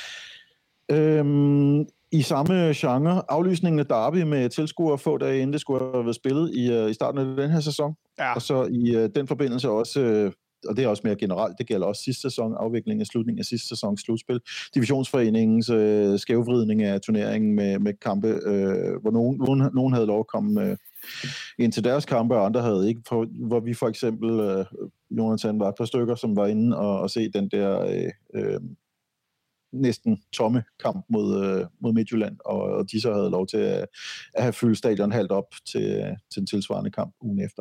I samme genre, aflysningen af Derby med tilskuere få dage inden det skulle have været spillet i starten af den her sæson. Ja. Og så i den forbindelse også, og det er også mere generelt, det gælder også sidste sæson, afviklingen af slutningen af sidste sæsons slutspil, Divisionsforeningens skævvridning af turneringen med kampe, hvor nogen havde lov at komme ind til deres kampe, og andre havde ikke, hvor vi for eksempel, Jonathan var et par stykker, som var inde og se den der næsten tomme kamp mod Midtjylland, og de så havde lov til at have fyldt stadion halvt op til en tilsvarende kamp ugen efter.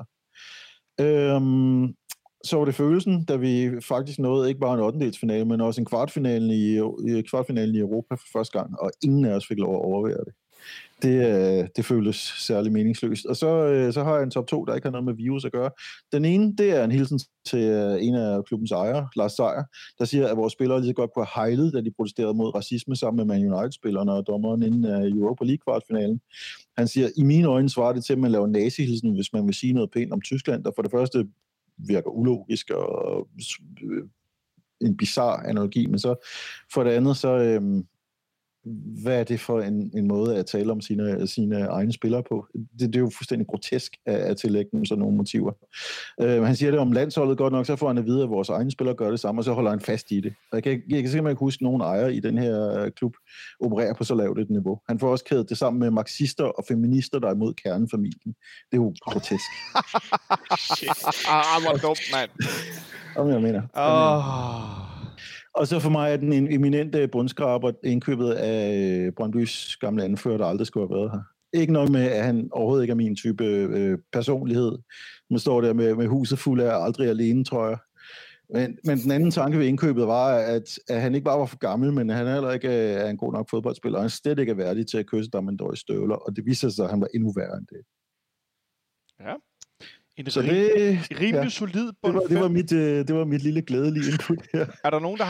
Så var det følelsen, da vi faktisk nåede ikke bare en 8-delsfinale, men også en kvartfinalen i Europa for første gang, og ingen af os fik lov at overvære det. Det føltes særlig meningsløst. Og så har jeg en top 2, der ikke har noget med virus at gøre. Den ene, det er en hilsen til en af klubbens ejere, Lars Seier, der siger, at vores spillere lige så godt kunne have hejlet, da de protesterede mod racisme sammen med Man United-spillerne og dommeren inden Europa League-kvartfinalen. Han siger, i mine øjne svarer det til, at man laver nazihilsen, hvis man vil sige noget pænt om Tyskland, der for det første virker ulogisk og en bizarre analogi, men så for det andet, så hvad er det for en måde at tale om sine egne spillere på? Det er jo fuldstændig grotesk at tillægge dem sådan nogle motiver. Han siger det om landsholdet godt nok, så får han at vide, at vores egne spillere gør det samme, og så holder han fast i det. Jeg kan simpelthen ikke huske, at nogen ejer i den her klub opererer på så lavt et niveau. Han får også kædet det sammen med marxister og feminister, der er imod kernefamilien. Det er jo grotesk. Hvor dumt, mand. Om jeg mener. Og så for mig er den en eminente bundskraber indkøbet af Brøndbys gamle anfører, der aldrig skulle have været her. Ikke noget med, at han overhovedet ikke er min type personlighed. Man står der med huset fuld af aldrig alene, tror jeg. Men den anden tanke ved indkøbet var, at han ikke bare var for gammel, men han heller ikke er en god nok fodboldspiller. Han slet ikke er værdig til at kysse Damendor i støvler, og det viser sig, at han var endnu værre end det. Ja. Rimelig solid bund. Det var mit lille glædelige input her. Er der nogen, der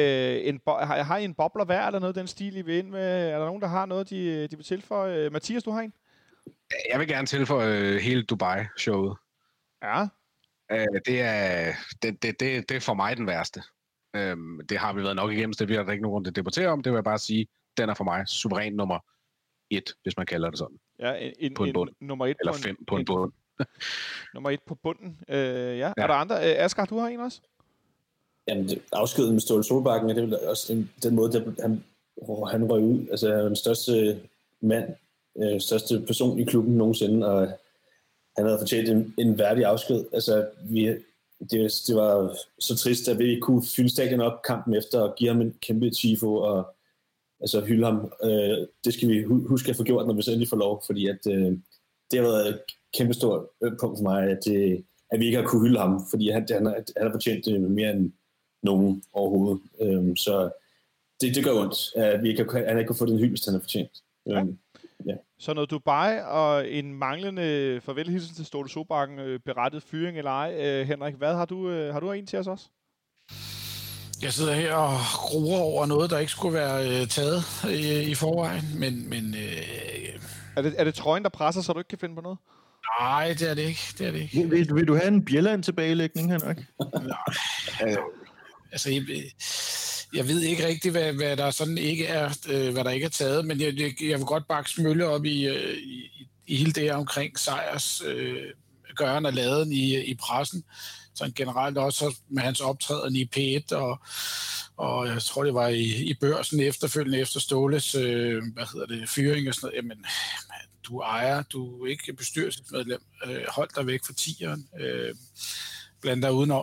har en bobler hver, eller noget den stil, I vil ind med? Er der nogen, der har noget, de vil tilføje? Mathias, du har en? Jeg vil gerne tilføje hele Dubai-showet. Ja. Det er for mig den værste. Det har vi været nok igennem, så det bliver der ikke nogen grund til at debattere om. Det vil jeg bare sige, den er for mig suveræn nummer 1, hvis man kalder det sådan. Ja, på en bund. Nummer 1 eller 5 på en bund. Nummer 1 på bunden. Ja. Er der andre? Asger, du har en også? Jamen, afskeden med Ståle Solbakken, det er vel også den måde, hvor han røg ud. Altså, han er den største mand, største person i klubben nogensinde, og han havde fortjent en værdig afsked. Altså, det var så trist, at vi ikke kunne fylde stadion op kampen efter og give ham en kæmpe tifo og altså hylde ham. Det skal vi huske at få gjort, når vi så endelig får lov, fordi at det har været et kæmpe stort punkt for mig, at vi ikke har kunne hylde ham, fordi han har fortjent det mere end nogen overhovedet. Så det gør ondt, at han ikke kunne få den hyldest, han har fortjent. Ja. Ja. Så noget Dubai og en manglende farvelhilsen til Ståle Solbakken, berettet fyring eller ej. Henrik, hvad har du en til os også? Jeg sidder her og gruer over noget, der ikke skulle være taget i forvejen, men Er det trøjen, der presser, så du ikke kan finde på noget? Nej, det er det ikke. Vil du have en Bjelland tilbagelægning, Henrik? Nej. Altså, jeg ved ikke rigtigt, hvad der sådan ikke er, hvad der ikke er taget, men jeg vil godt bakke Smølle op i hele det her omkring Sejers gøren og laden i pressen, så generelt også med hans optræden i P1, og jeg tror, det var i Børsen efterfølgende efter Ståles fyring og sådan noget. Jamen, du ejer, du er ikke bestyrelsesmedlem, hold dig væk fra tieren, bland dig udenom.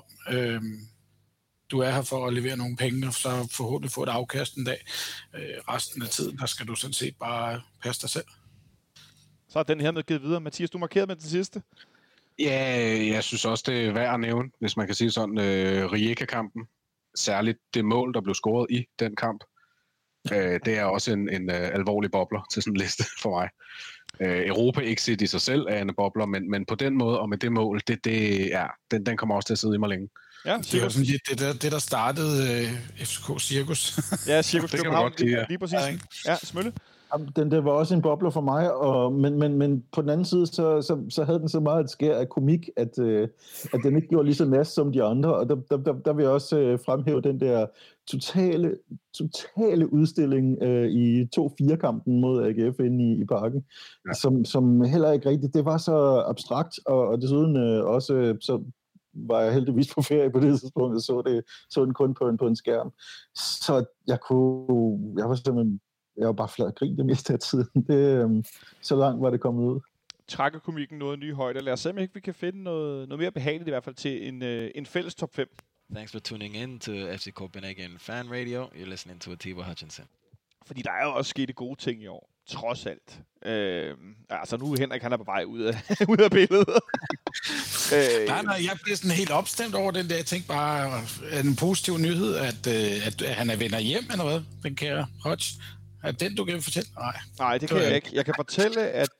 Du er her for at levere nogle penge, og så forhåbentlig få et afkast en dag. Resten af tiden, der skal du sådan set bare passe dig selv. Så er den her med givet videre. Mathias, du markerede med den sidste. Ja, jeg synes også, det er værd at nævne, hvis man kan sige sådan, Rijeka-kampen. Særligt det mål, der blev scoret i den kamp. Det er også en alvorlig bobler til sådan en liste for mig. Europa ikke set i sig selv er en bobler, men på den måde og med det mål, den kommer også til at sidde i mig længe. Ja, det var sådan det der startede FCK Cirkus. Ja, Cirkus København, lige præcis. Ja, Smølle. Det var også en bobler for mig, men på den anden side, så havde den så meget et skær af komik, at den ikke gjorde lige så næst som de andre, og der vil jeg også fremhæve den der totale udstilling i 2-4-kampen mod AGF inde i parken, som heller ikke rigtigt, det var så abstrakt, og desuden også så var jeg heldigvis på ferie på det tidspunkt, og så den kun på en skærm. Så jeg var bare flad og grin det meste af tiden. Så langt var det kommet ud. Trækker komikken noget nye højde. Lad os se, om ikke vi kan finde noget mere behageligt i hvert fald til en fælles top 5. Thanks for tuning in to FC Copenhagen Fan Radio. You're listening to Atiba Hutchinson. Fordi der er jo også sket gode ting i år. Trods alt. Altså nu Henrik, han er på vej ud af billedet. Nej, jeg blev sådan helt opstemt over den der. Jeg tænkte bare, en positiv nyhed, at han er vender hjem eller hvad, den kære Hodge. Er den, du kan fortælle? Nej, det kan jeg ikke. Jeg kan fortælle,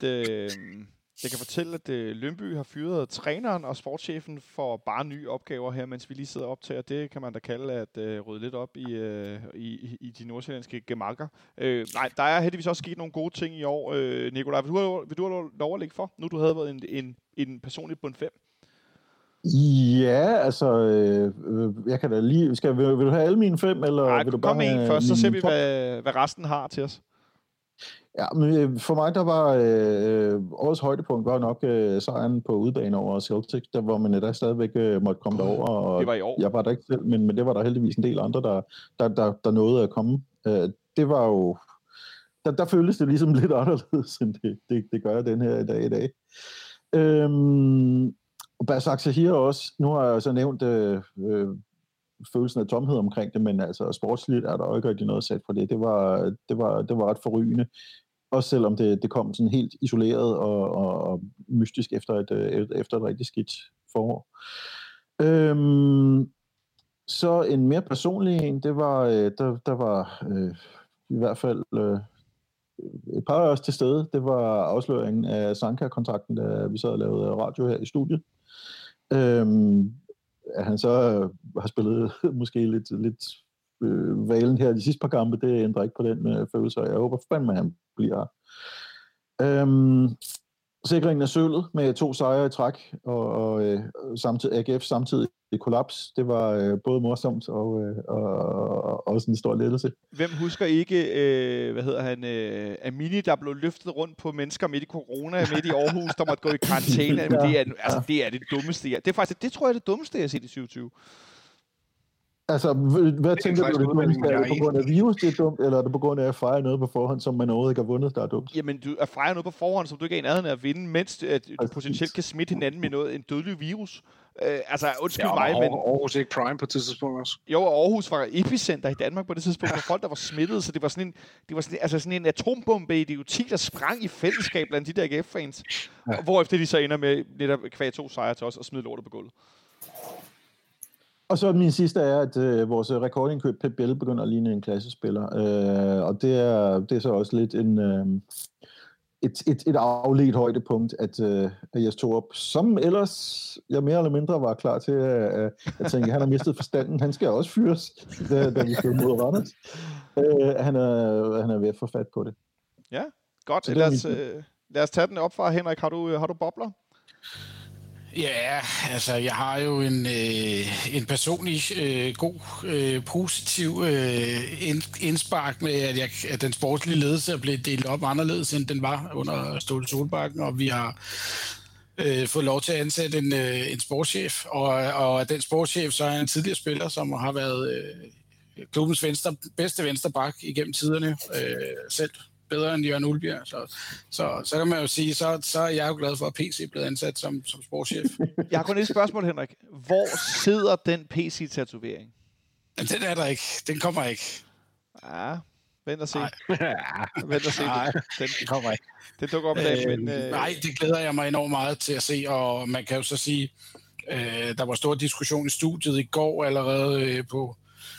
at Lyngby har fyret træneren og sportschefen for bare nye opgaver her, mens vi lige sidder op til, og det kan man da kalde at rydde lidt op i de nordsjællandske gemakker. Nej, der er heldigvis også sket nogle gode ting i år. Nikolaj, vil du have lov at lægge for? Nu du havde været en personlig bund 5. Ja, altså, jeg kan da lige... Vil du have alle mine 5, eller nej, vil du bare kom med en først, så ser vi, hvad resten har til os. Ja, men for mig, der var årets højdepunkt var nok sejren på udebane over Celtic, der hvor man der stadigvæk måtte komme derover. Og det var i år. Jeg var der ikke selv, men det var der heldigvis en del andre, der nåede at komme. Det var jo... Der føltes det ligesom lidt anderledes, end det gør den her dag i dag. Og Basak Shahir også, nu har jeg så nævnt følelsen af tomhed omkring det, men altså sportsligt er der jo ikke rigtig noget sat for det. Det var ret forrygende, også selvom det kom sådan helt isoleret og mystisk efter et rigtig skidt forår. Så en mere personlig en, det var, der var i hvert fald et par af os til stede. Det var afsløringen af Sanka-kontrakten, da vi sad og lavede radio her i studiet. At han så har spillet måske lidt valen her de sidste par kampe, det ændrer ikke på den følelse, og jeg håber fandme, at han bliver. Sikringen af sølvet med 2 sejre i træk, og samtidig AGF samtidig et kollaps. Det var både morsomt og også en stor lettelse. Hvem husker ikke, Amini, der blev løftet rundt på mennesker midt i corona, midt i Aarhus, der måtte gå i karantæne. Ja. Men det er det dummeste. Det tror jeg er det dummeste, jeg har set i 2020. Altså, hvad tænker du, det dummeste? Er det på grund af virus, det er dumt, eller er det på grund af at fejre noget på forhånd, som man overhovedet ikke har vundet, der er dumt? Jamen, du er fejre noget på forhånd, som du ikke er i nærheden af at vinde, mens du potentielt kan smitte hinanden med en dødelig virus. Undskyld mig, men... Aarhus ikke Prime på det tidspunkt også? Jo, Aarhus var epicenter i Danmark på det tidspunkt, hvor folk, der var smittet, så det var sådan en atombombe idioti, der sprang i fællesskab blandt de der AGF-fans, hvorefter de så ender med netop kvæg 2 sejre til os og smide lortet på gulvet. Og så min sidste er, at vores rekordindkøb Pep Biel begynder at ligne en klassespiller. Og det er så også lidt et afledt højdepunkt, at Jes Torup, som ellers jeg mere eller mindre var klar til at tænke, at han har mistet forstanden. Han skal også fyres, da vi skal mod Randers. Han er ved at få fat på det. Ja, godt. Lad os tage den op fra Henrik. Har du bobler? Ja, altså jeg har jo en personlig god, positiv indspark med, at den sportslige ledelse er blevet delt op anderledes, end den var under Ståle Solbakken, og vi har fået lov til at ansætte en sportschef, og den sportschef så er en tidligere spiller, som har været klubbens bedste venstreback igennem tiderne selv. Bedre end Jørgen Ulbjerg. Så kan man jo sige, så er jeg jo glad for, at PC er blevet ansat som sportschef. Jeg har kun et spørgsmål, Henrik. Hvor sidder den PC-tatovering? Den er der ikke. Den kommer ikke. Ja, vent og se. Vent og se. Den kommer ikke. Den dukker op dag, men... Nej, det glæder jeg mig enormt meget til at se, og man kan jo så sige, der var stor diskussion i studiet i går allerede på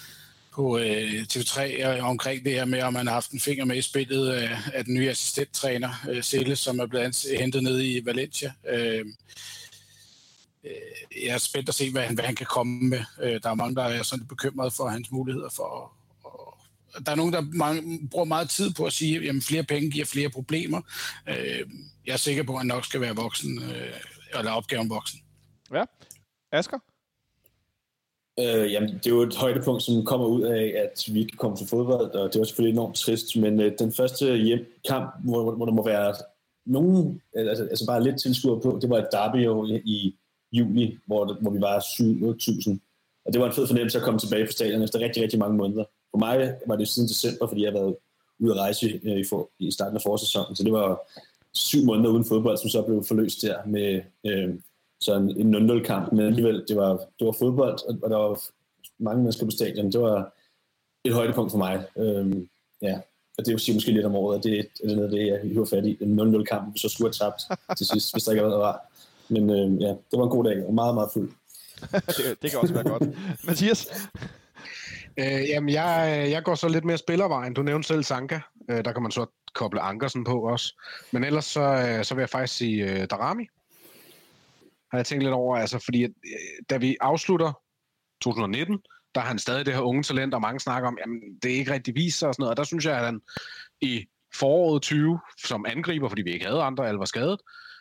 TV3 omkring det her med, om man har haft en finger med i spillet af den nye assistenttræner, Selle, som er blevet hentet ned i Valencia. Jeg er spændt at se, hvad han kan komme med. Der er mange, der er sådan bekymrede for hans muligheder for der er nogen, der bruger meget tid på at sige, at flere penge giver flere problemer. Jeg er sikker på, at han nok skal være voksen, eller opgaven voksen. Ja. Asger? Jamen, det er jo et højdepunkt, som kommer ud af, at vi ikke kom til fodbold, og det var selvfølgelig enormt trist, men den første hjemkamp, hvor der må være nogen, altså bare lidt tilskuere på, det var et derby i juli, hvor vi var 7.000, og det var en fed fornemmelse at komme tilbage på stadion efter rigtig, rigtig mange måneder. For mig var det siden december, fordi jeg havde været ude at rejse i starten af forårssæsonen, så det var 7 måneder uden fodbold, som så blev forløst der med sådan en 0-0-kamp, men alligevel, det var fodbold, og der var mange mennesker på stadion. Det var et højdepunkt for mig. Ja, og det siger måske lidt om året, og det er noget af det, jeg hiver fat i. En 0-0-kamp, vi så skulle have tabt til sidst, hvis der ikke havde været rart. Men ja, det var en god dag, og meget, meget fuld. det kan også være godt. Mathias? Jamen, jeg går så lidt mere spillervejen. Du nævnte selv Sanka. Der kan man så koble Ankersen på også. Men ellers så vil jeg faktisk sige Darami. Har jeg tænkt lidt over, altså fordi da vi afslutter 2019, der har han stadig det her unge talent, og mange snakker om, jamen det er ikke rigtig vist sig og sådan noget, og der synes jeg, at han i foråret 20 som angriber, fordi vi ikke havde andre, alle var skadet,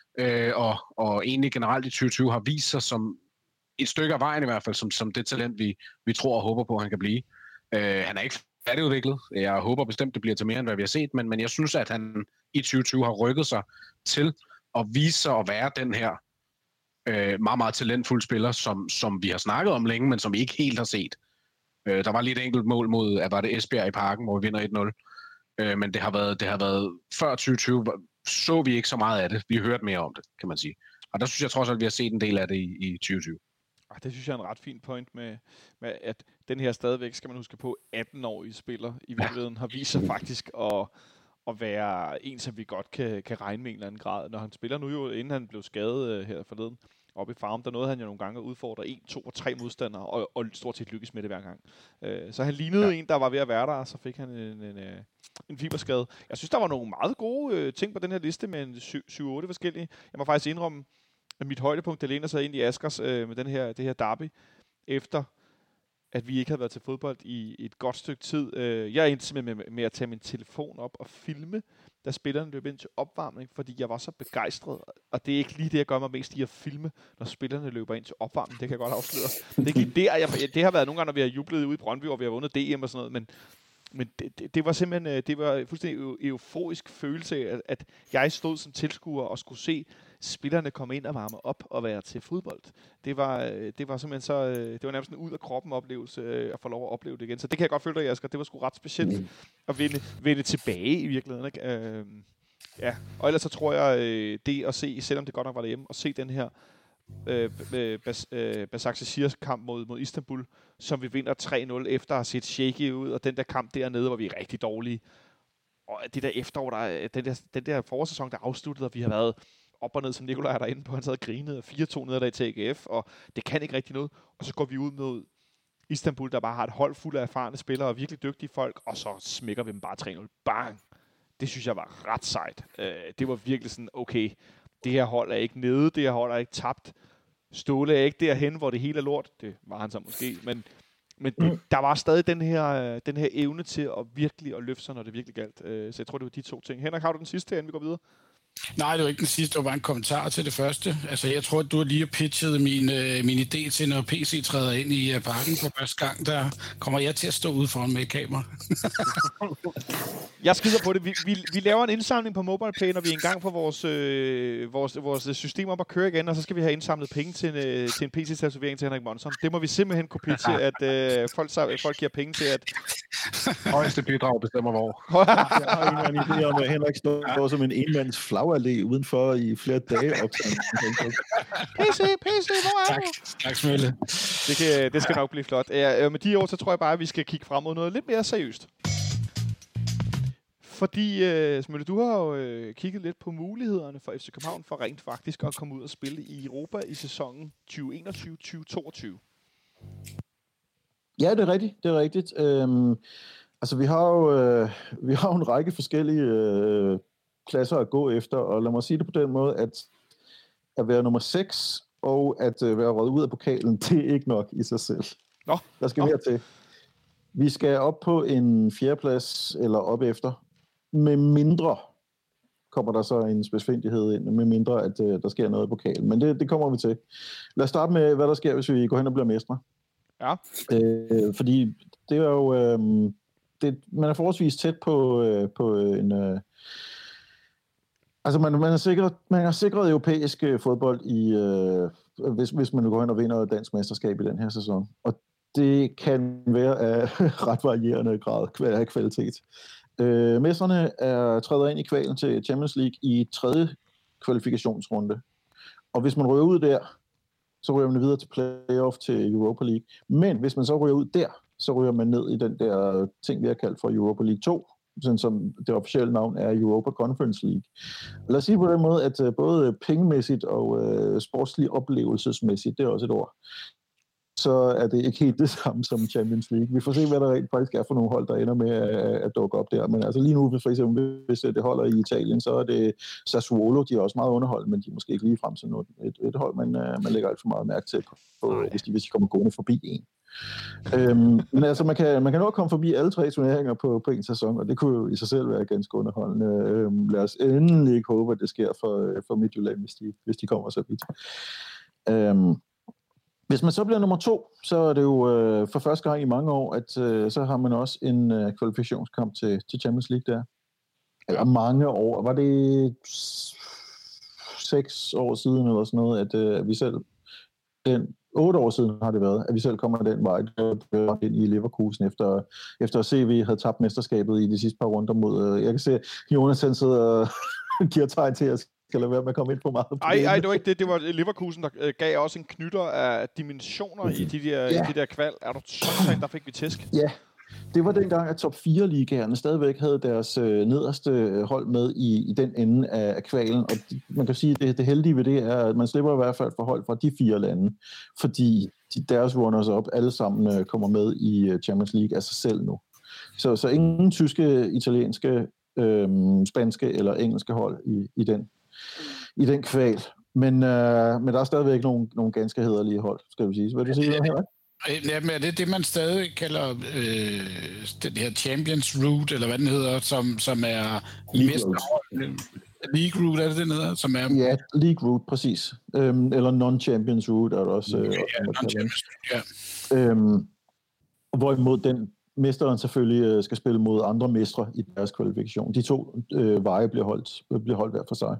og egentlig generelt i 2020 har vist sig som et stykke af vejen i hvert fald, som det talent, vi tror og håber på, at han kan blive. Han er ikke færdigudviklet. Jeg håber bestemt, det bliver til mere, end hvad vi har set, men jeg synes, at han i 2020 har rykket sig til at vise sig at være den her meget, meget talentfuld spiller, som vi har snakket om længe, men som vi ikke helt har set. Der var lige et enkelt mål mod, var det Esbjerg i Parken, hvor vi vinder 1-0. Men det har været før 2020, så vi ikke så meget af det. Vi hørte mere om det, kan man sige. Og der synes jeg trods alt, at vi har set en del af det i 2020. Det synes jeg er en ret fin point med at den her stadigvæk, skal man huske på, 18-årige spiller i virkeligheden har vist sig faktisk at være en, som vi godt kan regne med en eller anden grad. Når han spiller nu jo, inden han blev skadet her forleden, oppe i Farm, der nåede han jo nogle gange at udfordre 1, 2 og 3 modstandere, og stort set lykkes med det hver gang. Så han lignede en, der var ved at være der, og så fik han en fiberskade. Jeg synes, der var nogle meget gode ting på den her liste med 7-8 forskellige. Jeg må faktisk indrømme, at mit højdepunkt, det læner sig ind i Askers med det her derby, efter at vi ikke havde været til fodbold i et godt stykke tid. Jeg endte simpelthen med at tage min telefon op og filme, da spillerne løb ind til opvarmning, fordi jeg var så begejstret. Og det er ikke lige det, jeg gør mig mest i at filme, når spillerne løber ind til opvarmning. Det kan jeg godt afsløre. Det er ikke lige der. Det har været nogle gange, når vi har jublet ude i Brøndby, hvor vi har vundet DM og sådan noget, men det var simpelthen det var fuldstændig euforisk følelse af, at jeg stod som tilskuer og skulle se spillerne komme ind og varme op og være til fodbold. Det var simpelthen så det var nærmest en ud af kroppen oplevelse at få lov at opleve det igen. Så det kan jeg godt føle dig, Asger. Det var sgu ret specielt at vende tilbage i virkeligheden, ikke? Ja, og ellers så tror jeg det at se, selvom det godt nok var derhjemme, at se den her Başakşehir's kamp mod Istanbul, som vi vinder 3-0 efter at have set shaky ud, og den der kamp dernede, hvor vi er rigtig dårlige. Og det der efterår, den der forårssæson, der afsluttede, og vi har været op og ned, som Nikolaj er derinde på, han sad og grinede, 4-2 ned der i TGF, og det kan ikke rigtig noget. Og så går vi ud mod Istanbul, der bare har et hold fuld af erfarne spillere og virkelig dygtige folk, og så smækker vi dem bare 3-0. Bang! Det synes jeg var ret sejt. Det var virkelig sådan, okay, det her hold er ikke nede, det her hold er ikke tabt. Ståle er ikke derhen, hvor det hele er lort. Det var han så måske, men der var stadig den her evne til at virkelig at løfte sig, når det virkelig galt. Så jeg tror, det var de to ting. Henrik, har du den sidste, inden vi går videre? Nej, det var ikke den sidste. Det var en kommentar til det første. Altså, jeg tror, at du har lige pitchet min idé til, når PC træder ind i Parken for første gang, der kommer jeg til at stå ude foran med et kamera. Jeg skider på det. Vi laver en indsamling på MobilePay, når vi engang får vores system op at køre igen, og så skal vi have indsamlet penge til en PC-tatovering til Henrik Monson. Det må vi simpelthen kunne pitche, at folk giver penge til, at højeste bidrag bestemmer hvor. Jeg har en eller anden idé om, at Henrik står som en enmands flagallé udenfor i flere dage. PC, hvor er du? Tak, Smølle. Det skal nok blive flot. Med de år, så tror jeg bare, at vi skal kigge frem mod noget lidt mere seriøst. Fordi, Smølle, du har jo kigget lidt på mulighederne for FC København for rent faktisk at komme ud og spille i Europa i sæsonen 2021-2022. Ja, det er rigtigt. Altså, vi har jo en række forskellige pladser at gå efter, og lad mig sige det på den måde, at være nummer 6 og at være røget ud af pokalen, det er ikke nok i sig selv. Der skal mere til. Vi skal op på en 4. plads eller op efter, med mindre kommer der så en spidsfindighed ind, med mindre at der sker noget i pokalen. Men det kommer vi til. Lad os starte med, hvad der sker, hvis vi går hen og bliver mestre. Ja. Fordi det er jo... man er forholdsvis tæt på en... altså, man er sikret europæisk fodbold i... hvis man går hen og vinder et dansk mesterskab i den her sæson. Og det kan være af ret varierende grad af kvalitet. Mestrene træder ind i kvalen til Champions League i 3. kvalifikationsrunde. Og hvis man ryger ud der, så ryger man videre til playoff til Europa League. Men hvis man så ryger ud der, så ryger man ned i den der ting, vi har kaldt for Europa League 2, sådan som det officielle navn er Europa Conference League. Lad os sige på den måde, at både pengemæssigt og sportsligt oplevelsesmæssigt, det er også et ord, så er det ikke helt det samme som Champions League. Vi får se, hvad der rent faktisk er for nogle hold, der ender med at dukke op der. Men altså lige nu, for eksempel, hvis det holder i Italien, så er det Sassuolo, de er også meget underholdt, men de er måske ikke lige frem til et hold, man lægger alt for meget mærke til, hvis de kommer gående forbi en. Men altså, man kan nå at komme forbi alle 3 turneringer på en sæson, og det kunne jo i sig selv være ganske underholdende. Lad os endelig ikke håbe, at det sker for Midtjylland, hvis de kommer så vidt. Hvis man så bliver nummer 2, så er det jo for første gang i mange år, at så har man også en kvalifikationskamp til Champions League der. Eller mange år. Var det 6 år siden eller sådan noget, at vi selv... 8 år siden har det været, at vi selv kommer den vej ind i Leverkusen, efter at CV havde tabt mesterskabet i de sidste par runder mod... Jeg kan se, Jonas han sidder og giver tegn til, at skal lade være med at komme ind på meget. Ej, det var ikke det. Det var Leverkusen, der gav også en knytter af dimensioner i de der kval. Er du sådan, der fik vi tæsk? Ja, det var dengang, at top 4-ligaerne stadigvæk havde deres nederste hold med i den ende af kvalen. Og man kan sige, at det heldige ved det er, at man slipper i hvert fald for hold fra de 4 lande, fordi deres runners-up alle sammen kommer med i Champions League af sig selv nu. Så ingen tyske, italienske, spanske eller engelske hold i den kval. Men der er stadigvæk nogle ganske hæderlige hold, skal vi sige. Hvad vil du sige, her? Jamen, er det man stadig kalder det her Champions Route, eller hvad den hedder, som er League Route, er det den hedder? Som er... Ja, League Route, præcis. Eller Non-Champions Route er det også. Hvorimod den mesteren selvfølgelig skal spille mod andre mestre i deres kvalifikation. De 2 veje bliver holdt hver for sig.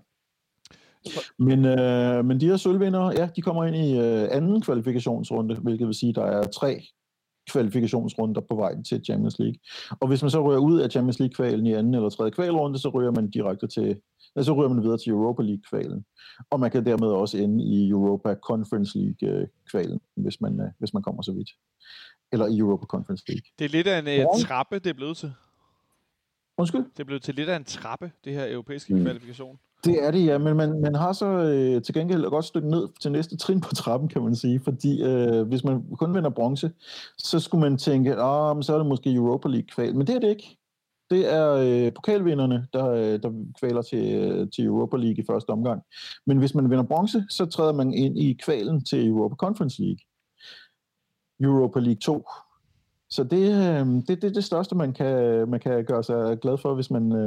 Men de her sølvvindere, ja, de kommer ind i anden kvalifikationsrunde, hvilket vil sige, at der er 3 kvalifikationsrunder på vej til Champions League. Og hvis man så rører ud af Champions League-kvalen i anden eller tredje kvalrunde, så ryger man så ryger man videre til Europa League-kvalen. Og man kan dermed også ende i Europa Conference League-kvalen, hvis man kommer så vidt. Eller i Europa Conference League. Det er lidt af en trappe, det er blevet til. Undskyld? Det er blevet til lidt af en trappe, det her europæiske kvalifikation. Det er det, ja, men man har så til gengæld et godt stykke ned til næste trin på trappen, kan man sige, fordi hvis man kun vinder bronze, så skulle man tænke, så er det måske Europa League-kval, men det er det ikke. Det er pokalvinderne, der kvaler til Europa League i første omgang. Men hvis man vinder bronze, så træder man ind i kvalen til Europa Conference League. Europa League 2. Så det er det største, man kan gøre sig glad for,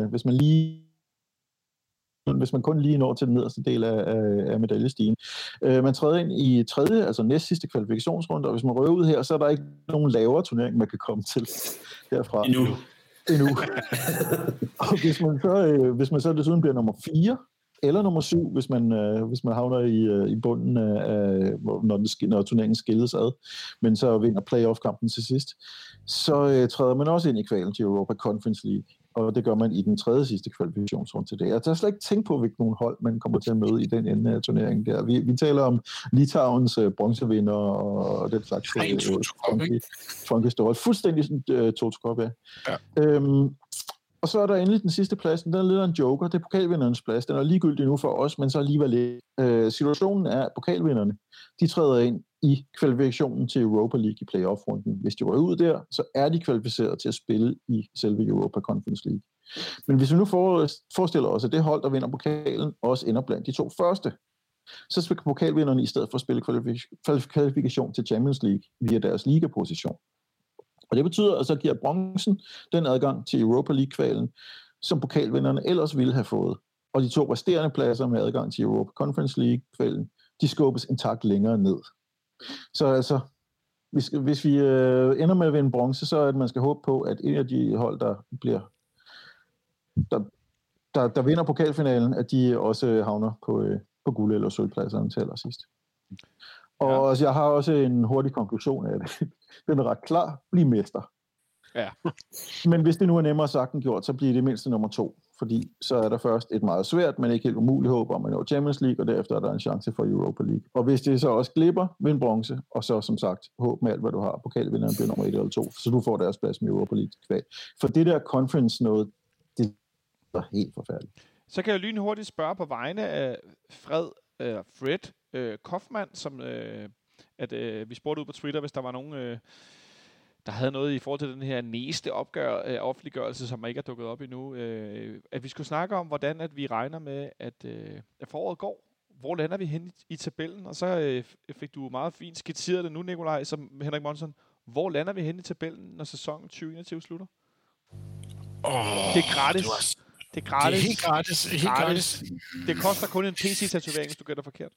hvis man kun lige når til den nederste del af medaljestigen. Man træder ind i tredje, altså næst sidste kvalifikationsrunde, og hvis man rører ud her, så er der ikke nogen lavere turnering, man kan komme til derfra. Endnu. Og hvis man så desuden bliver nummer 4, eller nummer 7, hvis man havner i bunden af, når turneringen skilles ad, men så vinder playoff-kampen til sidst, så træder man også ind i kvalen til Europa Conference League, og det gør man i den tredje sidste kvalifikationsrunde til det. Jeg har slet ikke tænkt på, hvilke nogle hold man kommer til at møde i den ende af turneringen der. Vi taler om Litauens bronzevinder og den slags funky store. Fuldstændig Toto-kop, ja. Og så er der endelig den sidste plads, den er lidt af en joker, det er pokalvindernes plads. Den er ligegyldig nu for os, men så alligevel lidt. Situationen er, at pokalvinderne, de træder ind i kvalifikationen til Europa League i playoff-runden. Hvis de rører ud der, så er de kvalificeret til at spille i selve Europa Conference League. Men hvis vi nu forestiller os, at det hold, der vinder pokalen, også ender blandt de 2 første, så skal pokalvinderne i stedet for at spille kvalifikation til Champions League via deres ligaposition. Og det betyder, at så giver bronzen den adgang til Europa League-kvalen, som pokalvinderne ellers ville have fået. Og de 2 resterende pladser med adgang til Europa Conference League-kvalen, de skubbes en tak længere ned. Så altså, hvis vi ender med at vinde bronze, så er det, at man skal håbe på, at en af de hold, der vinder pokalfinalen, at de også havner på guld- eller sølvpladserne til allersidst. Og jeg har også en hurtig konklusion af det. Den er ret klar. Bliv mester. Ja. Men hvis det nu er nemmere sagt end gjort, så bliver det mindste nummer 2. Fordi så er der først et meget svært, men ikke helt umuligt håb om at nå Champions League, og derefter er der en chance for Europa League. Og hvis det så også glipper, vind bronze, og så som sagt, håb med alt, hvad du har. Pokalvinderen bliver nummer 1 eller 2, så du får deres plads med Europa League kval. For det der conference noget, det er helt forfærdeligt. Så kan jeg lynhurtigt spørge på vegne af Fred Kaufmann, som vi spurgte ud på Twitter, hvis der var nogen, der havde noget i forhold til den her næste offentliggørelse, som ikke er dukket op endnu, at vi skulle snakke om, hvordan at vi regner med, at foråret går. Hvor lander vi hen i tabellen? Og så fik du meget fint skitseret det nu, Nikolaj, som Henrik Monson. Hvor lander vi hen i tabellen, når sæsonen 2021 slutter? Det er gratis. Det er gratis. Det er helt gratis. Helt gratis. Det koster kun en PC-tatovering, hvis du gætter forkert.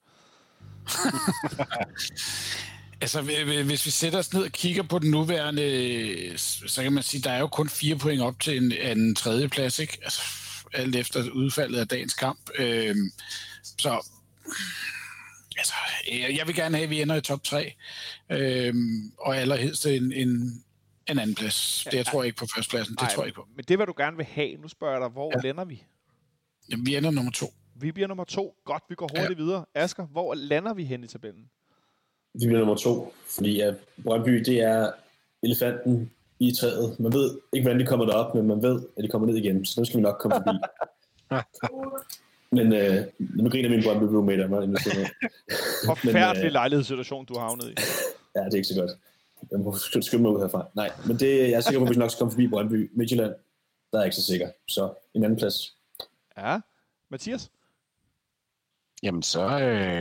Altså, hvis vi sætter os ned og kigger på den nuværende, så kan man sige, der er jo kun 4 point op til en 3. plads, ikke? Altså, alt efter udfaldet af dagens kamp. Så altså, jeg vil gerne have, at vi ender i top 3. Og allerhelst en anden plads. Det tror jeg ikke på førstepladsen. Det tror jeg ikke på. Men det, hvad du gerne vil have, nu spørger jeg dig, hvor lander vi? Jamen, vi ender nummer 2. Vi bliver nummer 2. Godt, vi går hurtigt videre. Asger, hvor lander vi hen i tabellen? Vi bliver nummer 2, fordi at Brøndby, det er elefanten i træet. Man ved ikke, hvordan de kommer derop, men man ved, at de kommer ned igen, så nu skal vi nok komme forbi. Men nu griner min Brøndby-roommate af mig. Forfærdelig lejlighedssituation, du har havnet i. Ja, det er ikke så godt. Jeg må skynde mig ud herfra. Nej, men det, jeg er sikker på, at vi nok skal komme forbi Brøndby. Midtjylland, der er ikke så sikker. Så en anden plads. Ja, Mathias? Jamen, så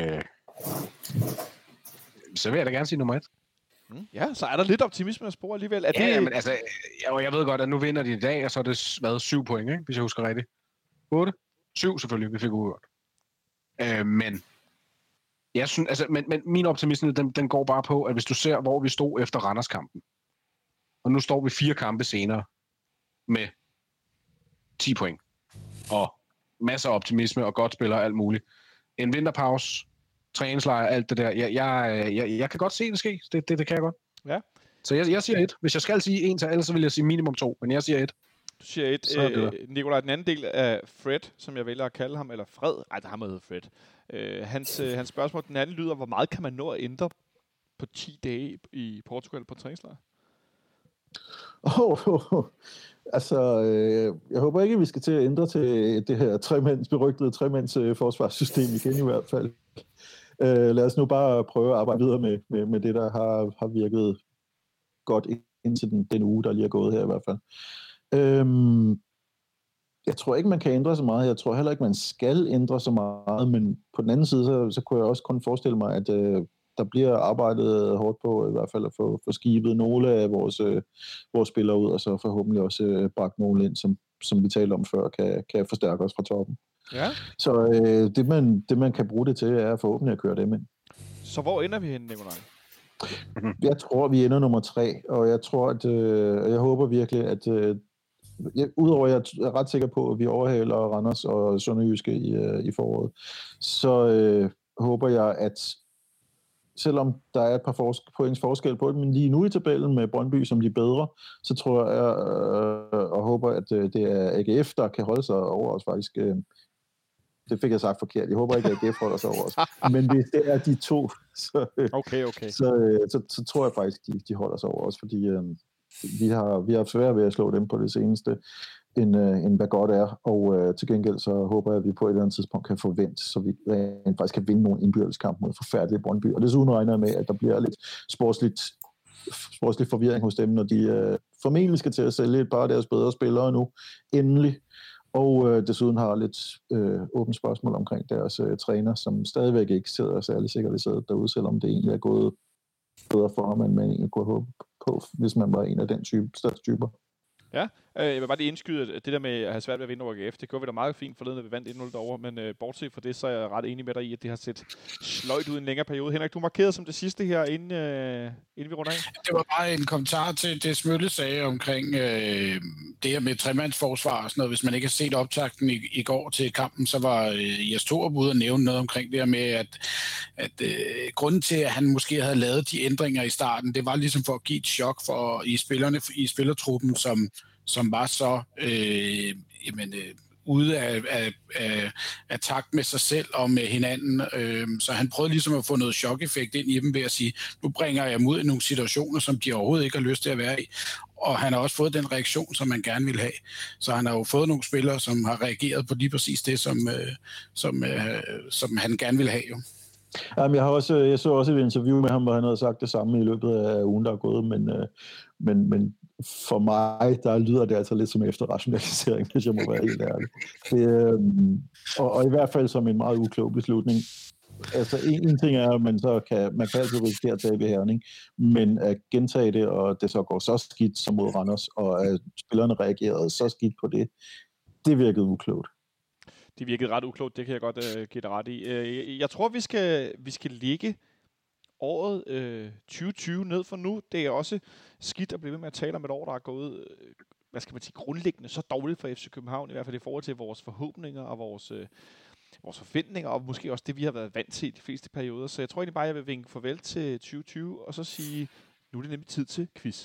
vil jeg da gerne sige nummer 1. Ja, så er der lidt optimisme at spore alligevel. Er ja, men altså, jeg ved godt, at nu vinder de i dag, og så er det været 7 point, ikke? Hvis jeg husker rigtigt. 8? 7 selvfølgelig, vi fik uafgjort. Men jeg synes, altså, men min optimisme, den går bare på, at hvis du ser, hvor vi stod efter Randers-kampen, og nu står vi 4 kampe senere med 10 point, og masser af optimisme, og godt spiller og alt muligt. En vinterpause, træningslejr, alt det der. Jeg kan godt se det ske. Det kan jeg godt. Ja. Så jeg siger 1. Hvis jeg skal sige 1 til alle, så vil jeg sige minimum 2, men jeg siger 1. Du siger 1. Nikolaj, den anden del af Fred, som jeg vælger at kalde ham, eller Fred. Ej, der har man hedder Fred. Hans spørgsmål, den anden lyder, hvor meget kan man nå at ændre på 10 dage i Portugal på træningslejr? Altså, jeg håber ikke, at vi skal til at ændre til det her berygtede tremands forsvarssystem igen i hvert fald. Lad os nu bare prøve at arbejde videre med det, der har virket godt indtil den uge, der lige er gået her i hvert fald. Jeg tror ikke, man kan ændre så meget. Jeg tror heller ikke, man skal ændre så meget, men på den anden side, så kunne jeg også kun forestille mig, at der bliver arbejdet hårdt på i hvert fald at få skibet nogle af vores spillere ud, og så forhåbentlig også bakke nogle ind, som vi talte om før, kan forstærke os fra toppen. Ja. Så det man kan bruge det til, er forhåbentlig at køre dem ind. Så hvor ender vi henne, Nikolaj? Jeg tror, vi ender nummer 3, og jeg tror, at jeg håber virkelig, at udover at jeg er ret sikker på, at vi overhaler Randers og Sønderjyske i foråret, så håber jeg, at selvom der er et par points forskel på det, men lige nu i tabellen med Brøndby som de bedre, så tror jeg og håber, at det er AGF, der kan holde sig over os faktisk. Det fik jeg sagt forkert. Jeg håber ikke, at AGF holder sig over os. Men hvis det er de to, så tror jeg faktisk, de holder sig over os, fordi vi har haft svært ved at slå dem på det seneste, end hvad godt er. Og til gengæld så håber jeg, at vi på et eller andet tidspunkt kan få vendt, så vi faktisk kan vinde nogle indbyrdeskamp mod forfærdelige Brøndby. Og desuden regner jeg med, at der bliver lidt sportslig forvirring hos dem, når de formentlig skal til at sælge et par af deres bedre spillere nu. Endelig. Og desuden har lidt åbent spørgsmål omkring deres træner, som stadigvæk ikke sidder særlig sikkert i sædet derude, selvom det egentlig er gået bedre for ham, end man egentlig kunne håbe. på, hvis man var en af den største typer. Ja, jeg vil bare lige indskyde, at det der med at have svært ved at vinde over AGF, det gjorde vi da meget fint forleden, at vi vandt 1-0 derovre, men bortset fra det, så er jeg ret enig med dig i, at det har set sløjt ud en længere periode. Henrik, du markerede som det sidste her, inden vi runder af. Det var bare en kommentar til det, Smølle sagde omkring det her med tremandsforsvar og sådan noget. Hvis man ikke har set optakten i går til kampen, så var Jes Torup ude og nævne noget omkring det her med, at grunden til, at han måske havde lavet de ændringer i starten, det var ligesom for at give et chok i spillertruppen, som var så ude af takt med sig selv og med hinanden. Så han prøvede ligesom at få noget chok-effekt ind i dem ved at sige, nu bringer jeg dem ud i nogle situationer, som de overhovedet ikke har lyst til at være i. Og han har også fået den reaktion, som man gerne vil have. Så han har jo fået nogle spillere, som har reageret på lige præcis det, som han gerne vil have. Jo. Jamen, jeg så også et interview med ham, hvor han havde sagt det samme i løbet af ugen, der er gået, men for mig, der lyder det altså lidt som efterrationalisering, hvis jeg må være helt ærlig. Og i hvert fald som en meget uklog beslutning. Altså, en ting er, at man kan altid risikere at tabe Herning, men at gentage det, og det så går så skidt som mod Randers, og at spillerne reagerede så skidt på det, det virkede uklogt. Det virkede ret uklogt, det kan jeg godt give dig ret i. Jeg tror, vi skal ligge året 2020 ned for nu. Det er også skidt at blive ved med at tale om et år, der er gået, hvad skal man sige, grundlæggende så dårligt for FC København, i hvert fald i forhold til vores forhåbninger og vores forventninger, og måske også det, vi har været vant til i de fleste perioder. Så jeg tror egentlig bare, jeg vil vinke farvel til 2020, og så sige, nu er det nemlig tid til quiz.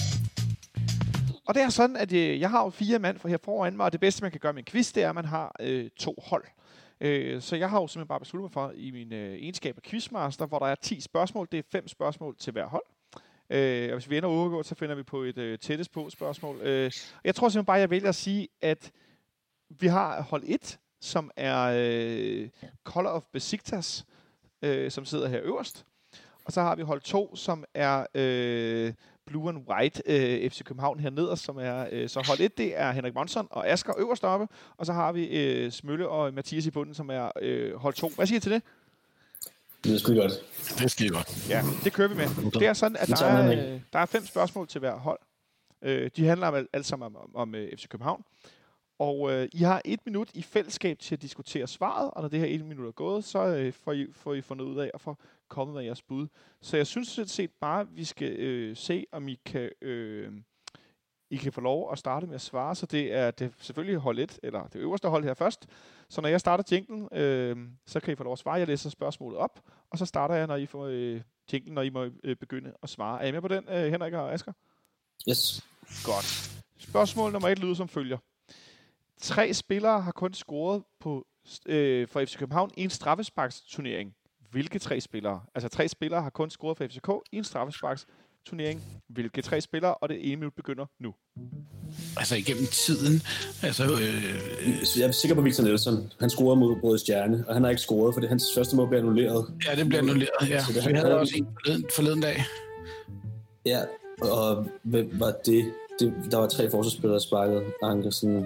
Og det er sådan, at jeg har jo 4 mand for her foran mig, og det bedste, man kan gøre med en quiz, det er, at man har 2 hold. Så jeg har jo simpelthen bare besluttet mig for i min egenskab af quizmaster, hvor der er 10 spørgsmål. Det er 5 spørgsmål til hver hold. Og hvis vi ender uafgjort, så finder vi på et tættest på spørgsmål. Jeg tror simpelthen bare, jeg vælger at sige, at vi har hold 1, som er Color of Besiktas, som sidder her øverst. Og så har vi hold 2, som er Blue and White FC København her nederst, som er så hold 1, det er Henrik Monson og Asger øverst oppe, og så har vi Smølle og Mathias i bunden, som er hold 2. Hvad siger I til det? Det er sgu godt. Det er skide godt. Ja, det kører vi med. Det er sådan, at der er 5 spørgsmål til hver hold. De handler alt sammen om FC København. Og I har 1 minut i fællesskab til at diskutere svaret, og når det her 1 minut er gået, så får I fundet ud af at få kommet med jeres bud. Så jeg synes set bare, at vi skal se, om I kan få lov at starte med at svare. Så det er selvfølgelig hold 1, eller det øverste hold her først. Så når jeg starter jinglen, så kan I få lov at svare. Jeg læser spørgsmålet op, og så starter jeg, når I får jinglen, når I må begynde at svare. Er I med på den, Henrik og Asger? Yes. Godt. Spørgsmål nummer 1 lyder som følger. 3 spillere har kun scoret for FC København i en straffesparksturnering. Hvilke 3 spillere? Altså 3 spillere har kun scoret for FCK i en straffesparksturnering. Hvilke 3 spillere? Og det 1 minut begynder nu. Altså igennem tiden. Altså, Jeg er sikker på Victor Nelson. Han scorede mod Røde Stjerne, og han har ikke scoret, fordi hans første mål blev annulleret. Ja, det blev annulleret, ja. Så vi havde også en forleden dag. Ja, og hvem var det? Der var 3 forsvarsspillere, der sparkede. Ankersen.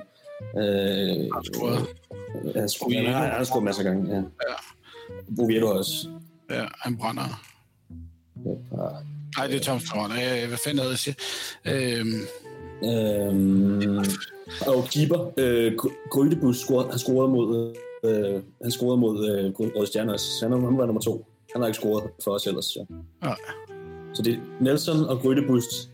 Han scorede masser af gange, ja. Oviedo også. Ja, han brænder. Nej, det er Tom Strand. Hvad fanden havde jeg sige? Og keeper. Grydebus scorede mod Røde Stjerne også. Han var nummer 2. Han har ikke scoret for os ellers. Ja. Så det er Nelson og Grydebus.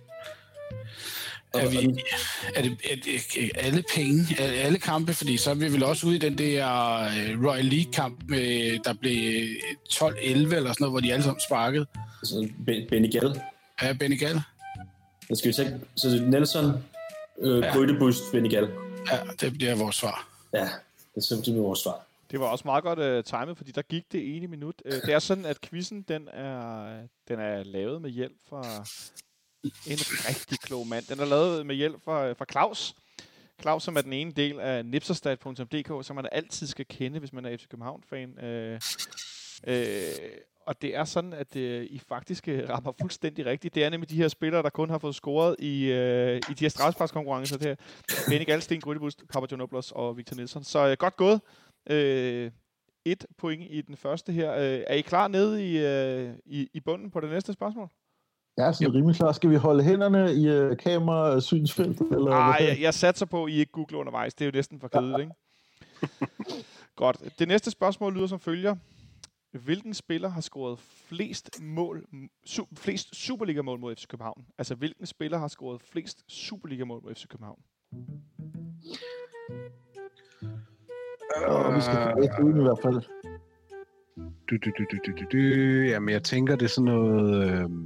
Er det alle penge, alle kampe, fordi så er vi vel også ude i den der Royal League-kamp, der blev 12-11 eller sådan noget, hvor de alle sammen sparkede. Altså Benny Gall. Ja, Benny Gall. Jeg skal tænke, så det er Nelson, Grydebust, Benny Gall. Ja, det bliver vores svar. Ja, det bliver vores svar. Det var også meget godt timet, fordi der gik det 1 minut. Det er sådan, at quizzen den er lavet med hjælp fra en rigtig klog mand. Den er lavet med hjælp fra Claus. Claus, som er den ene del af nipserstat.dk, som man altid skal kende, hvis man er FC København-fan. Og det er sådan, at I faktisk rammer fuldstændig rigtigt. Det er nemlig de her spillere, der kun har fået scoret i de her straffesparkskonkurrencer. Det her Benny Gall, Sten Grydebust, Papagiannopoulos og Victor Nilsson. Så godt gået. 1 point i den første her. Er I klar nede i bunden på det næste spørgsmål? Jeg er sådan rimelig klar. Skal vi holde hænderne i kamerasynsfeltet? Nej, jeg satser på, at I ikke googler undervejs. Det er jo næsten for kedeligt, ikke? Godt. Det næste spørgsmål lyder som følger. Hvilken spiller har scoret flest Superliga-mål mod FC København? Altså, hvilken spiller har scoret flest Superliga-mål mod FC København? Vi skal tilbage til ugen i hvert fald. Jamen, jeg tænker, det er sådan noget...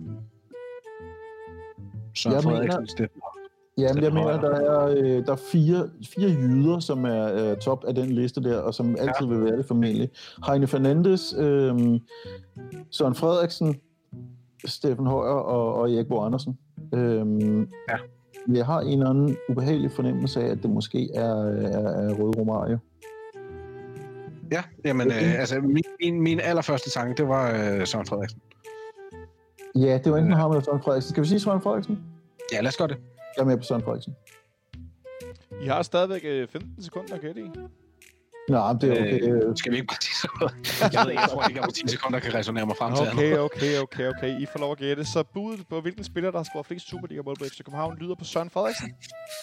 Søren Frederiksen, Steffen. Jamen, jeg mener, der er fire jyder, som er top af den liste der, og som altid vil være det formentlig. Heine Fernandes, Søren Frederiksen, Steffen Højer og Erik Bo Andersen. Jeg har en eller anden ubehagelig fornemmelse af, at det måske er Røde Romario. Ja, jamen, altså min allerførste tanke, det var Søren Frederiksen. Ja, det var enten ham eller Søren Frederiksen. Skal vi sige Søren Frederiksen? Ja, lad os gøre det. Jeg er med på Søren Frederiksen. I har stadigvæk 15 sekunder at gætte i. Nej, det er okay. Skal vi ikke bare 10 sekunder? Jeg tror ikke, at på 10 sekunder kan resonere mig frem til Okay. I får lov at gætte. Så budet på, hvilken spiller, der har scoret flest Superliga-mål på FC København, lyder på Søren Frederiksen.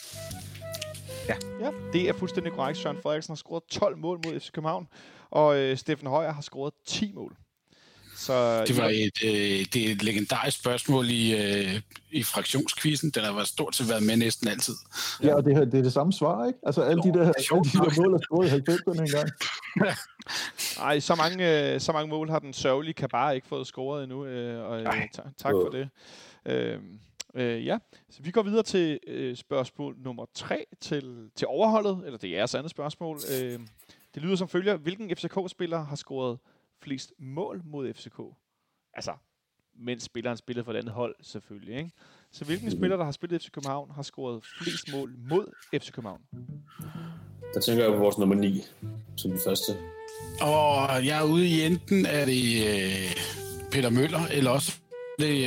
Ja, det er fuldstændig korrekt. Søren Frederiksen har scoret 12 mål mod FC København, og Steffen Højer har scoret 10 mål. Så det var et legendarisk spørgsmål i fraktionskvisten. Den har været stort set været med næsten altid. Ja, og det er det samme svar, ikke? Altså alle de der mål er scoret i 90'erne engang. Nej, så mange mål har den sørgelige Kabar ikke fået scoret endnu, tak for det. Ja, så vi går videre til spørgsmål nummer 3 til overholdet, eller det er jeres andet spørgsmål. Det lyder som følger. Hvilken FCK-spiller har scoret flest mål mod FCK? Altså, mens spilleren spillede for et andet hold, selvfølgelig, ikke? Så hvilken spiller, der har spillet FC København, har scoret flest mål mod FC København? Der tænker jeg på vores nummer 9, som den første. Og jeg er ude i enten, er det Peter Møller, eller også det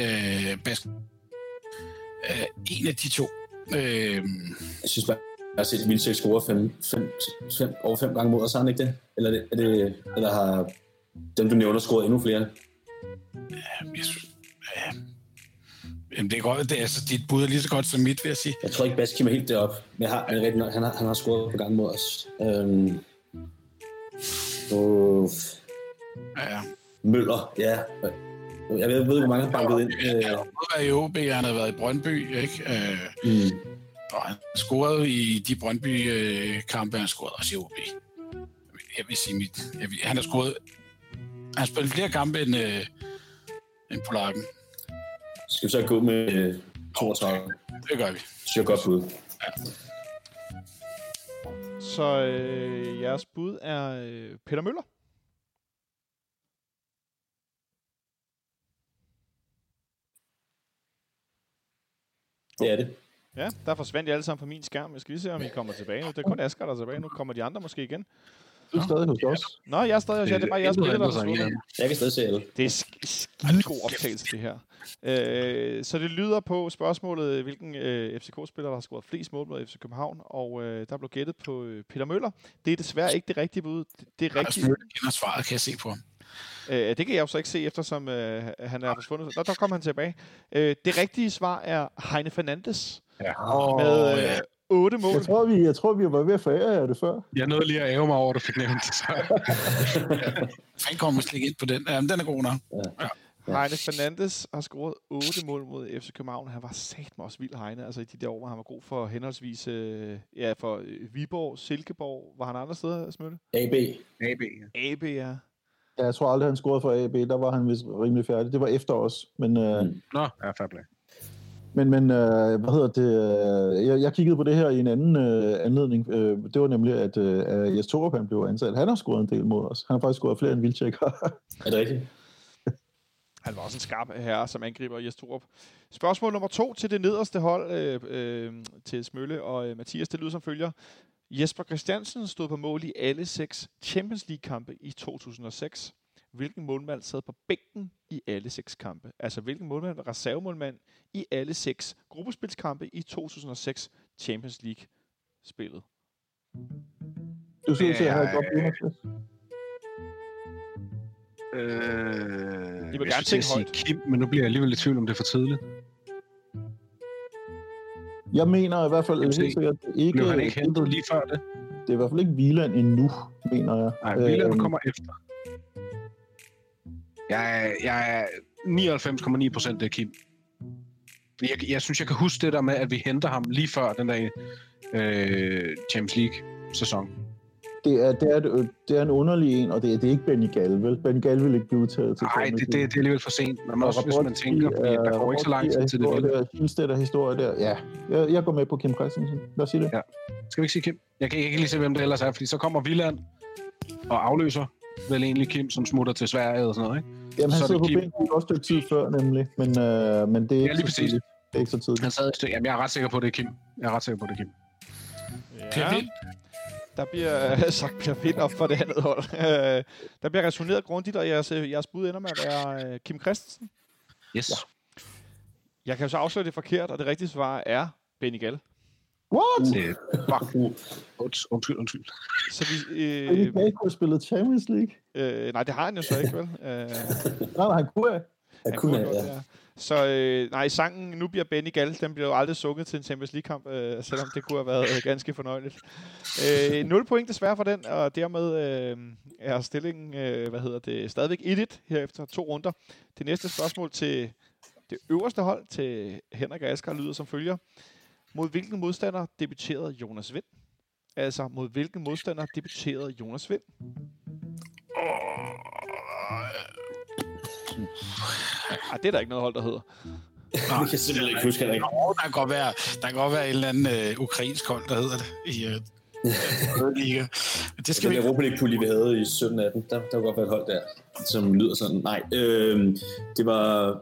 en af de to. Jeg synes bare, jeg har set Vilcek score over 5 gange mod os, har han ikke det? Eller har dem, du nævner, scoret endnu flere? Jamen, det er godt. Dit bud er lige så godt som mit, vil jeg sige. Jeg tror ikke, Baskim er helt deroppe. Men han har scoret på gang mod os. Møller, ja. Jeg ved ikke, hvor mange han banket ind. Han har været i OB, han har været i Brøndby, ikke? Og han scorede i de Brøndby-kampe, han scorede også i OB. Jeg vil sige han har scoret... Han har spillet flere kampe end Polakken. Skal vi så gå med 32? Det gør vi. Det er godt bud. Ja. Så jeres bud er Peter Møller. Det er det. Ja, der forsvandt I alle sammen fra min skærm. Jeg skal lige se, om I kommer tilbage nu. Det er kun Asger, der er tilbage. Nu kommer de andre måske igen. Du er stadig hos os. Nå, jeg er stadig hos jer. Det er bare jeres billeder, der er forsvundet. Jeg kan stadig se alle. Det er skidegod optagelse, det her. Så det lyder på spørgsmålet, hvilken FCK-spiller, der har scoret flest mål mod FC København. Og der blev gættet på Peter Møller. Det er desværre ikke det rigtige bud. Det er rigtigt. Jeg kender svaret, kan jeg se på ham. Det kan jeg jo så ikke se, eftersom han er forsvundet. Der kom han tilbage. Det rigtige svar er Heine Fernandes. Ja. Med 8 mål. Jeg tror, vi var ved at forære jer det før. Jeg nåede lige at ære mig over, at du fik nævnt det. Han kommer måske ikke ind på den. Jamen, den er god nok. Ja. Heine Fernandes har scoret 8 mål mod FC København. Han var satme også vild, Heine. Altså i de der år, hvor han var god for henholdsvis for Viborg, Silkeborg. Var han andre steder, Smølle? AB, ja. Ja, jeg tror aldrig, han scorede for AB. Der var han vist rimelig færdig. Det var efter os. Men, Nå, ja, fair play. Men hvad hedder det? Jeg kiggede på det her i en anden anledning. Det var nemlig, at Jes Torup, han blev ansat. Han har scoret en del mod os. Han har faktisk scoret flere end Vilcek. Er det rigtigt? Han var også en skarp herre, som angriber Jes Torup. Spørgsmål nummer 2 til det nederste hold, til Smølle og Mathias. Det lyder som følger. Jesper Christiansen stod på mål i alle 6 Champions League-kampe i 2006. Hvilken målmand sad på bænken i alle 6 kampe? Altså, hvilken målmand var reservemålmand i alle 6 gruppespilskampe i 2006 Champions League-spillet? Du synes, at jeg har et godt bud, Mathias. I vil jeg gerne skulle tænke sige højt. Kim, men nu bliver jeg alligevel i tvivl, om det er for tidligt. Jeg mener i hvert fald MC. helt sikkert ikke... Blev han ikke hentet lige før det? Det er i hvert fald ikke Wieland endnu, mener jeg. Nej, Wieland kommer efter. Jeg er 99,9% det er Kim. Jeg synes, jeg kan huske det der med, at vi henter ham lige før den der Champions League-sæson. Det er en underlig en, og det er ikke Benny Gall, vel? Benny Gall vil ikke blive udtaget til. Nej, det er alligevel for sent. Men også hvis man tænker, fordi der går ikke så lang tid til det vilde. Hilstedt og historie der. Ja, jeg går med på Kim Christensen. Lad os sige det. Ja. Skal vi ikke sige Kim? Jeg kan ikke lige se, hvem det ellers er, fordi så kommer Wieland og afløser vel egentlig Kim, som smutter til Sverige eller sådan noget, ikke? Jamen, han sidder på bænken i også et tid før, nemlig. Men det er ikke lige så tidligt. Det er ikke så tidligt. Han sad jamen, jeg er ret sikker på, det er Kim. Ja. Der bliver sagt Per Vind op for det andet hold. Der bliver resoneret grundigt, og jeres bud ender med at være Kim Christensen. Yes. Ja. Jeg kan jo så afsløre det forkert, og det rigtige svar er Benny Gall. What? Undskyld. Så vi... Benny Gall kunne have spillet Champions League? Nej, det har han jo så ikke, vel? Nej, han kunne. Han kunne godt, ja. Så nej, sangen Nu bliver Benny Gall, den bliver jo aldrig sunget til en Champions League-kamp, selvom det kunne have været ganske fornøjeligt. 0 point desværre for den, og dermed er stillingen stadigvæk 1-1 her efter 2 runder. Det næste spørgsmål til det øverste hold, til Henrik og Asger, lyder som følger. Mod hvilken modstander debuterede Jonas Vind? Altså, mod hvilken modstander debuterede Jonas Vind? Det er der ikke noget hold, der hedder. Det kan jeg simpelthen ikke huske, ikke. Der kan godt være en eller anden ukrainsk hold, der hedder det i liga. Det skal vi... Europa League-pulje, vi havde i 17-18, der kunne godt være et hold der, som lyder sådan. Nej, det var...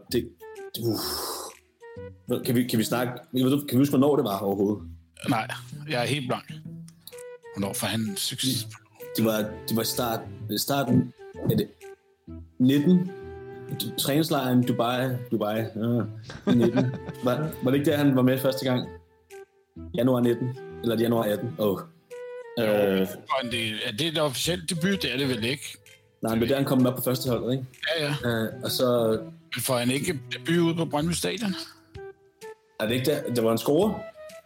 Kan vi snakke... Kan vi huske, hvornår det var overhovedet? Nej, jeg er helt blank. Hvornår for han succes? Det var starten af det 19... Træningslejren Dubai. 19. Var det ikke der, han var med første gang? Januar 19? Eller januar 18? Er det et officielt debut? Det er det vel ikke? Nej, men der han kom med på første hold, ikke? Ja. Og så... Får han ikke debut ude på Brøndby Stadion? Er det ikke der? Det var en score?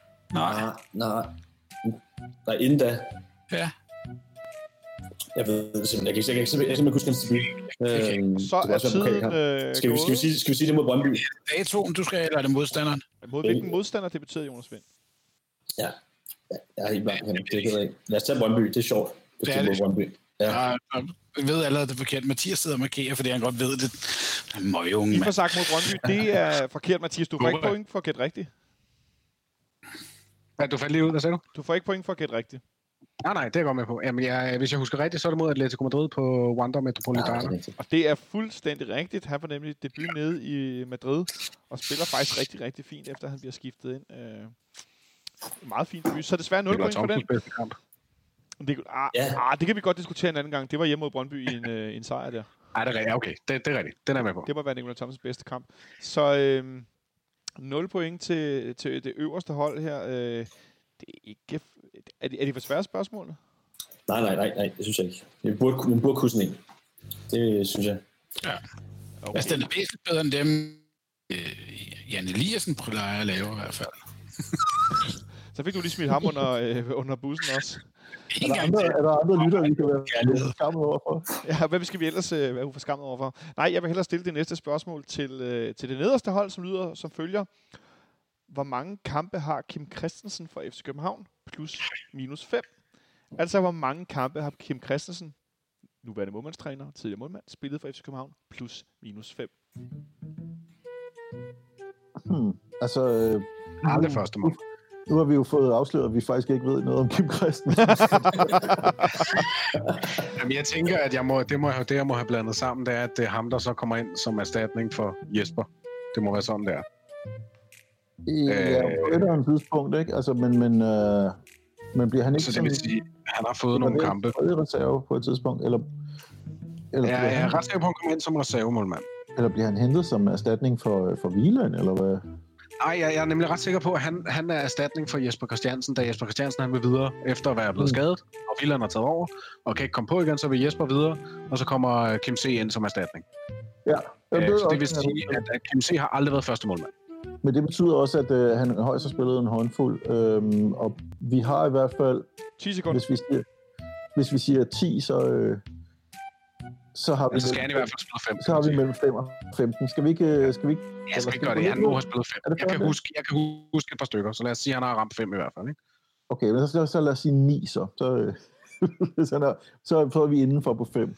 Nej, inden da. Ja. Jeg ved det simpelthen. Jeg kan simpelthen huske hans debut. Så er tiden Skal vi sige det mod Brøndby? Datoen, du skal, eller er det modstanderen? Mod hvilken modstander debuterede Jonas Vind? Ja. Jeg er helt blank. Lad os tage Brøndby. Det er sjovt. Det er det. Brøndby. Ja. Jeg ved allerede, det er forkert. Mathias sidder og markerer, fordi han godt ved det. Møgunge, mand. I får sagt mod Brøndby. Det er forkert, Mathias. Du får ikke point for at gætte rigtigt. Ja, du faldt lige ud, hvad sagde du? Du får ikke point for at gætte rigtigt. Nej, det er jeg godt med på. Jamen, hvis jeg husker rigtigt, så er det mod Atletico Madrid på Wanda Metropolitano. Og det er fuldstændig rigtigt. Han var nemlig debut nede i Madrid, og spiller faktisk rigtig, rigtig fint, efter han bliver skiftet ind. Meget fint debut. Så desværre 0 point for den. Det kan vi godt diskutere en anden gang. Det var hjemme mod Brøndby i en sejr der. Nej, det er rigtigt. Okay, det er rigtigt. Den er med på. Det må være Nicolai Thomsens bedste kamp. Så 0 point til det øverste hold her. Det er ikke... Er det for svære spørgsmål? Nej, det synes jeg ikke. Vi burde kunne sådan en. Det synes jeg. Ja. Okay. Altså, den er væsentligt bedre end dem, Jan Eliassen plejer at lave i hvert fald. Så fik du lige smidt ham under bussen også. Er der andre lytter, vi kan være uforskammet overfor? Ja, hvad skal vi ellers være uforskammet overfor? Nej, jeg vil hellere stille det næste spørgsmål til det nederste hold, som lyder som følger. Hvor mange kampe har Kim Christensen for FC København? Plus minus 5. Altså, hvor mange kampe har Kim Christensen, nuværende målmandstræner, tidligere målmand, spillet for FC København? Plus minus 5. Altså... det første mål. Nu har vi jo fået afsløret, at vi faktisk ikke ved noget om Kim Christensen. Jamen, jeg tænker, at jeg må have blandet sammen, det er, at det er ham, der så kommer ind som erstatning for Jesper. Det må være sådan, der. Ja, på et eller andet tidspunkt, ikke? Altså, men bliver han ikke... Så det vil sige, han har fået nogle kampe. Reserve på et tidspunkt, eller jeg er ret sikker på, at han kommer ind som reservemålmand. Eller bliver han hentet som erstatning for Wieland, eller hvad? Nej, jeg er nemlig ret sikker på, at han er erstatning for Jesper Christiansen, da Jesper Christiansen han vil videre efter at være blevet skadet, og Wieland har taget over, og kan ikke komme på igen, så vil Jesper videre, og så kommer Kim C. ind som erstatning. Ja. Så det vil sige, at Kim C. har aldrig været første målmand. Men det betyder også, at han højst har spillet en håndfuld, og vi har i hvert fald... 10 sekunder. Hvis vi siger 10, så har vi... Så skal han i hvert fald spille 15. Så har vi mellem 5 og 15. Skal vi ikke... Jeg skal ikke gøre det. Han må have spillet 5. Jeg kan huske et par stykker, så lad os sige, at han har ramt 5 i hvert fald. Ikke? Okay, men så lad os sige 9 så. Så får vi indenfor på 5.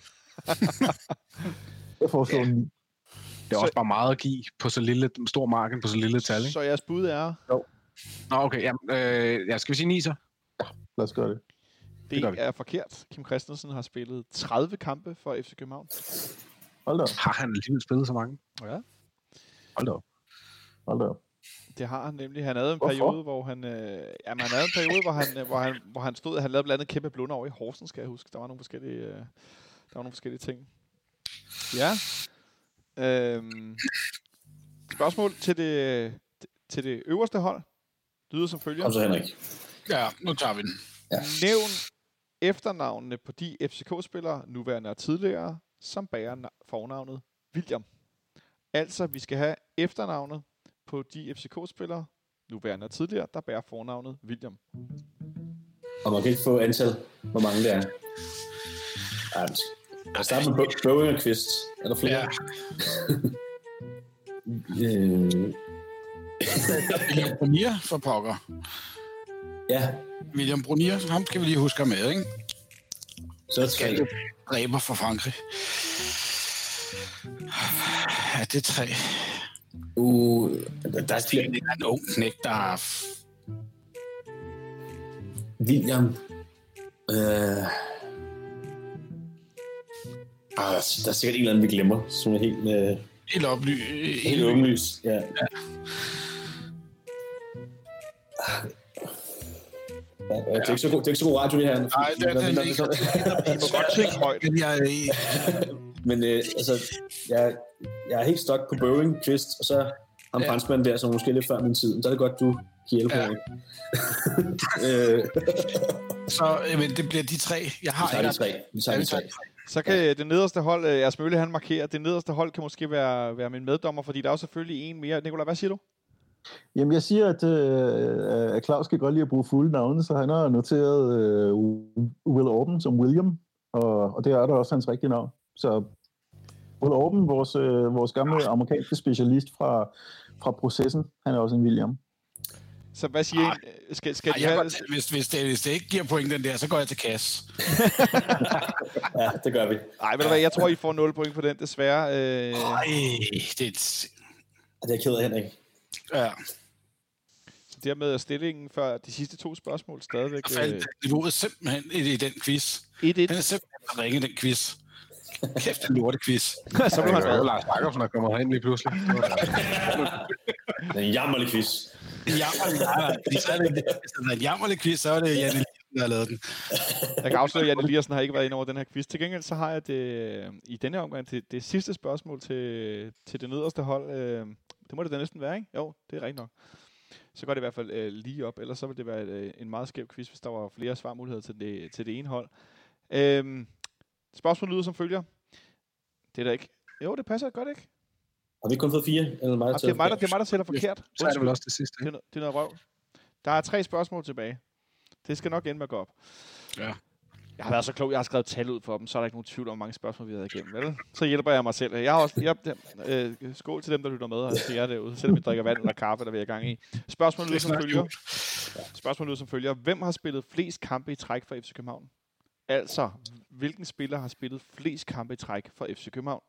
Jeg foreslår 9. Det er også bare meget at give på så lille, stor marken på så lille tal, ikke? Så jeres bud er... Jo. Nå, okay. Skal vi sige 9 så? Ja, lad os gøre det. Det er forkert. Kim Christensen har spillet 30 kampe for FC København. Hold da. Har han alligevel spillet så mange? Ja. Hold da. Hold da. Det har han nemlig. Han havde en periode, hvor han... hvor han stod... Han lavede blandt andet kæmpe blunder over i Horsens, skal jeg huske. Der var nogle forskellige ting. Ja. Spørgsmål til det øverste hold. Lyder som følger. Kom så, Henrik. Ja, nu tager vi den. Ja. Nævn efternavnene på de FCK-spillere, nuværende og tidligere, som bærer fornavnet William. Altså, vi skal have efternavnet på de FCK-spillere, nuværende og tidligere, der bærer fornavnet William. Og man kan ikke få antal, hvor mange det er. Jeg starter med Boeing og Kvist. Er der flere? Ja. William Brunier for pokker. Ja. William Brunier, ham skal vi lige huske med, ikke? Så er det 3. Dræber for Frankrig. Ja, det er 3. Der er flere. Det er en ung knæk, der har... William. Der er sikkert en eller anden, vi glemmer, som er helt... Helt åbenlyst, ja. Det er ikke så god radio, det her. Nej, det er ikke. I må godt tænke højt. Men jeg er helt stok på Boeing, Kvist, og så ham franskmanden der, som måske lidt før min tid. Så er det godt, du kan hjælpe mig. Så men det bliver de 3. Jeg har Vi tager de 3. Så kan det nederste hold, Ers Mølle, han markerer, det nederste hold kan måske være min meddommer, fordi der er jo selvfølgelig en mere. Nikolaj, hvad siger du? Jamen, jeg siger, at Claus kan godt lide at bruge fulde navne, så han har noteret Will Orban som William, og det er der også hans rigtige navn. Så Will Orban, vores gamle amerikanske specialist fra processen, han er også en William. Så hvad siger I? Skal de have... Hvis det ikke giver point den der, så går jeg til kasse. Ja, det gør vi. Nej, ved du hvad, jeg tror, I får 0 point på den, desværre. Det er ked af, Henrik. Ja. Så dermed er stillingen før de sidste 2 spørgsmål stadigvæk... Der faldt niveauet simpelthen i den quiz. 1-1. Den er simpelthen ringe, den quiz. Kæft, en lortequiz. Så blev han glad. Lars Jacobsen, der kommer herind lige pludselig. Det er en jammerlig quiz. Hvis det er en jammerlig quiz, så er det Janne Eliassen, der har lavet den. Jeg kan afsløre, at Janne Eliassen har ikke været inde over den her quiz. Til gengæld så har jeg det i denne her omgang det sidste spørgsmål til det nederste hold. Det må det da næsten være, ikke? Jo, det er rigtigt nok. Så går det i hvert fald lige op. Ellers så vil det være en meget skæv quiz, hvis der var flere svarmuligheder til det ene hold. Spørgsmålet lyder som følger. Det er der ikke. Jo, det passer godt, ikke? Har vi kun fået 4? Eller mig, det er mig, der tæller forkert. Så er det vel også det sidste. Det er noget røv. Der er 3 spørgsmål tilbage. Det skal nok ende med at gå op. Ja. Jeg har været så klog, jeg har skrevet tal ud for dem, så er der ikke nogen tvivl om, hvor mange spørgsmål vi har været igennem. Vel? Så hjælper jeg mig selv. Jeg har også, skål til dem, der lytter med, og til jer derude. Selvom vi drikker vand eller kaffe, der vil jeg gang i. Spørgsmålet lyder som følger. Hvem har spillet flest kampe i træk for FC København? Altså, hvilken spiller har spillet flest kampe i træk for FC København?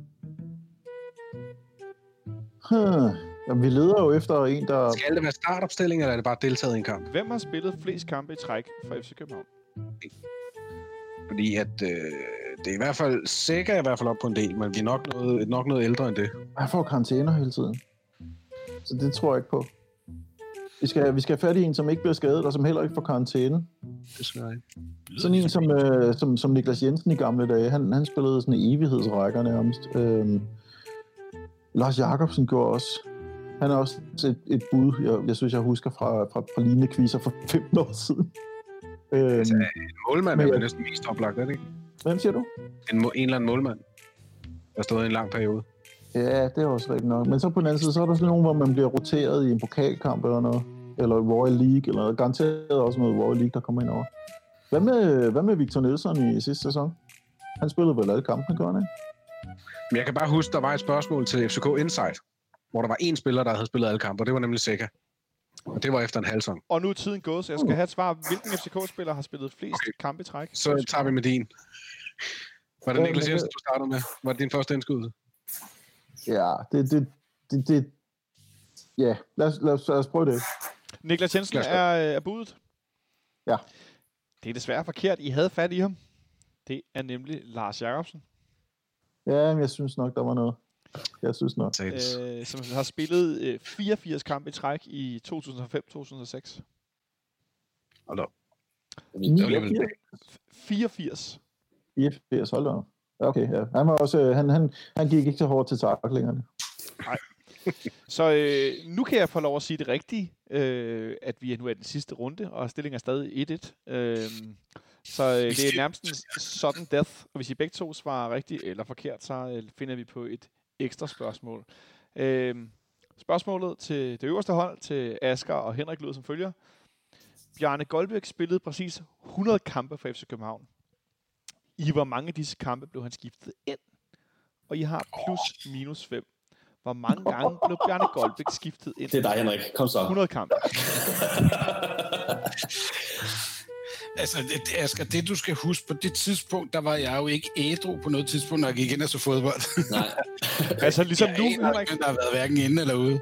Jamen, vi leder jo efter en, der... Skal det være startopstilling, eller er det bare deltaget i en kamp? Hvem har spillet flest kampe i træk for FC København? Fordi at det er i hvert fald sikkert i hvert fald op på en del, men vi er nok noget ældre end det. Jeg får karantæner hele tiden. Så det tror jeg ikke på. Vi skal have fat i en, som ikke bliver skadet, og som heller ikke får karantæne. Desværre. Sådan en som Niklas Jensen i gamle dage. Han spillede sådan en evighedsrækker nærmest. Lars Jacobsen gjorde også. Han er også et bud, jeg synes, jeg husker fra lignende quizzer for 15 år siden. Altså, en målmand er næsten mest oplagt, er det ikke? Hvem siger du? En eller anden målmand, der stod i en lang periode. Ja, det er også rigtigt nok. Men så på den anden side, så er der sådan nogen, hvor man bliver roteret i en pokalkamp eller noget. Eller Royal League, eller garanteret også noget Royal League, der kommer ind over. Hvad med Victor Nielsen i sidste sæson? Han spillede vel alle kampen, gør han ikke? Men jeg kan bare huske, der var et spørgsmål til FCK Insight, hvor der var en spiller, der havde spillet alle kampe, og det var nemlig Seca. Og det var efter en halv sæson. Og nu er tiden gået, så jeg skal have et svar. Hvilken FCK-spiller har spillet flest kampe i træk? Så tager vi med din. Var det Niklas Jensen, du startede med? Var det din første indskydelse? Ja, ja, lad os prøve det. Niklas Jensen er budet. Ja. Det er desværre forkert. I havde fat i ham. Det er nemlig Lars Jacobsen. Ja, men jeg synes nok, der var noget. Som har spillet 84 kampe i træk i 2005-2006. Hold da. 84. 84, hold da. Okay, ja. Han var også, han gik ikke så hårdt til taklingerne. Nej. Så nu kan jeg få lov at sige det rigtige, at vi nu er i den sidste runde, og stillingen er stadig 1-1. Så det er nærmest en sudden death, og hvis I begge to svarer rigtigt eller forkert, så finder vi på et ekstra spørgsmål. Spørgsmålet til det øverste hold, til Asger og Henrik, lyder som følger. Bjarne Goldbæk spillede præcis 100 kampe for FC København. I hvor mange af disse kampe blev han skiftet ind? Og I har plus minus 5. Hvor mange gange blev Bjarne Goldbæk skiftet ind? Det er dig, Henrik. Kom så. 100 kampe. Altså, Asger, det du skal huske, på det tidspunkt, der var jeg jo ikke ædru på noget tidspunkt, når jeg gik ind og så fodbold. Nej. Altså ligesom nu, Henrik. Der har været hverken inde eller ude.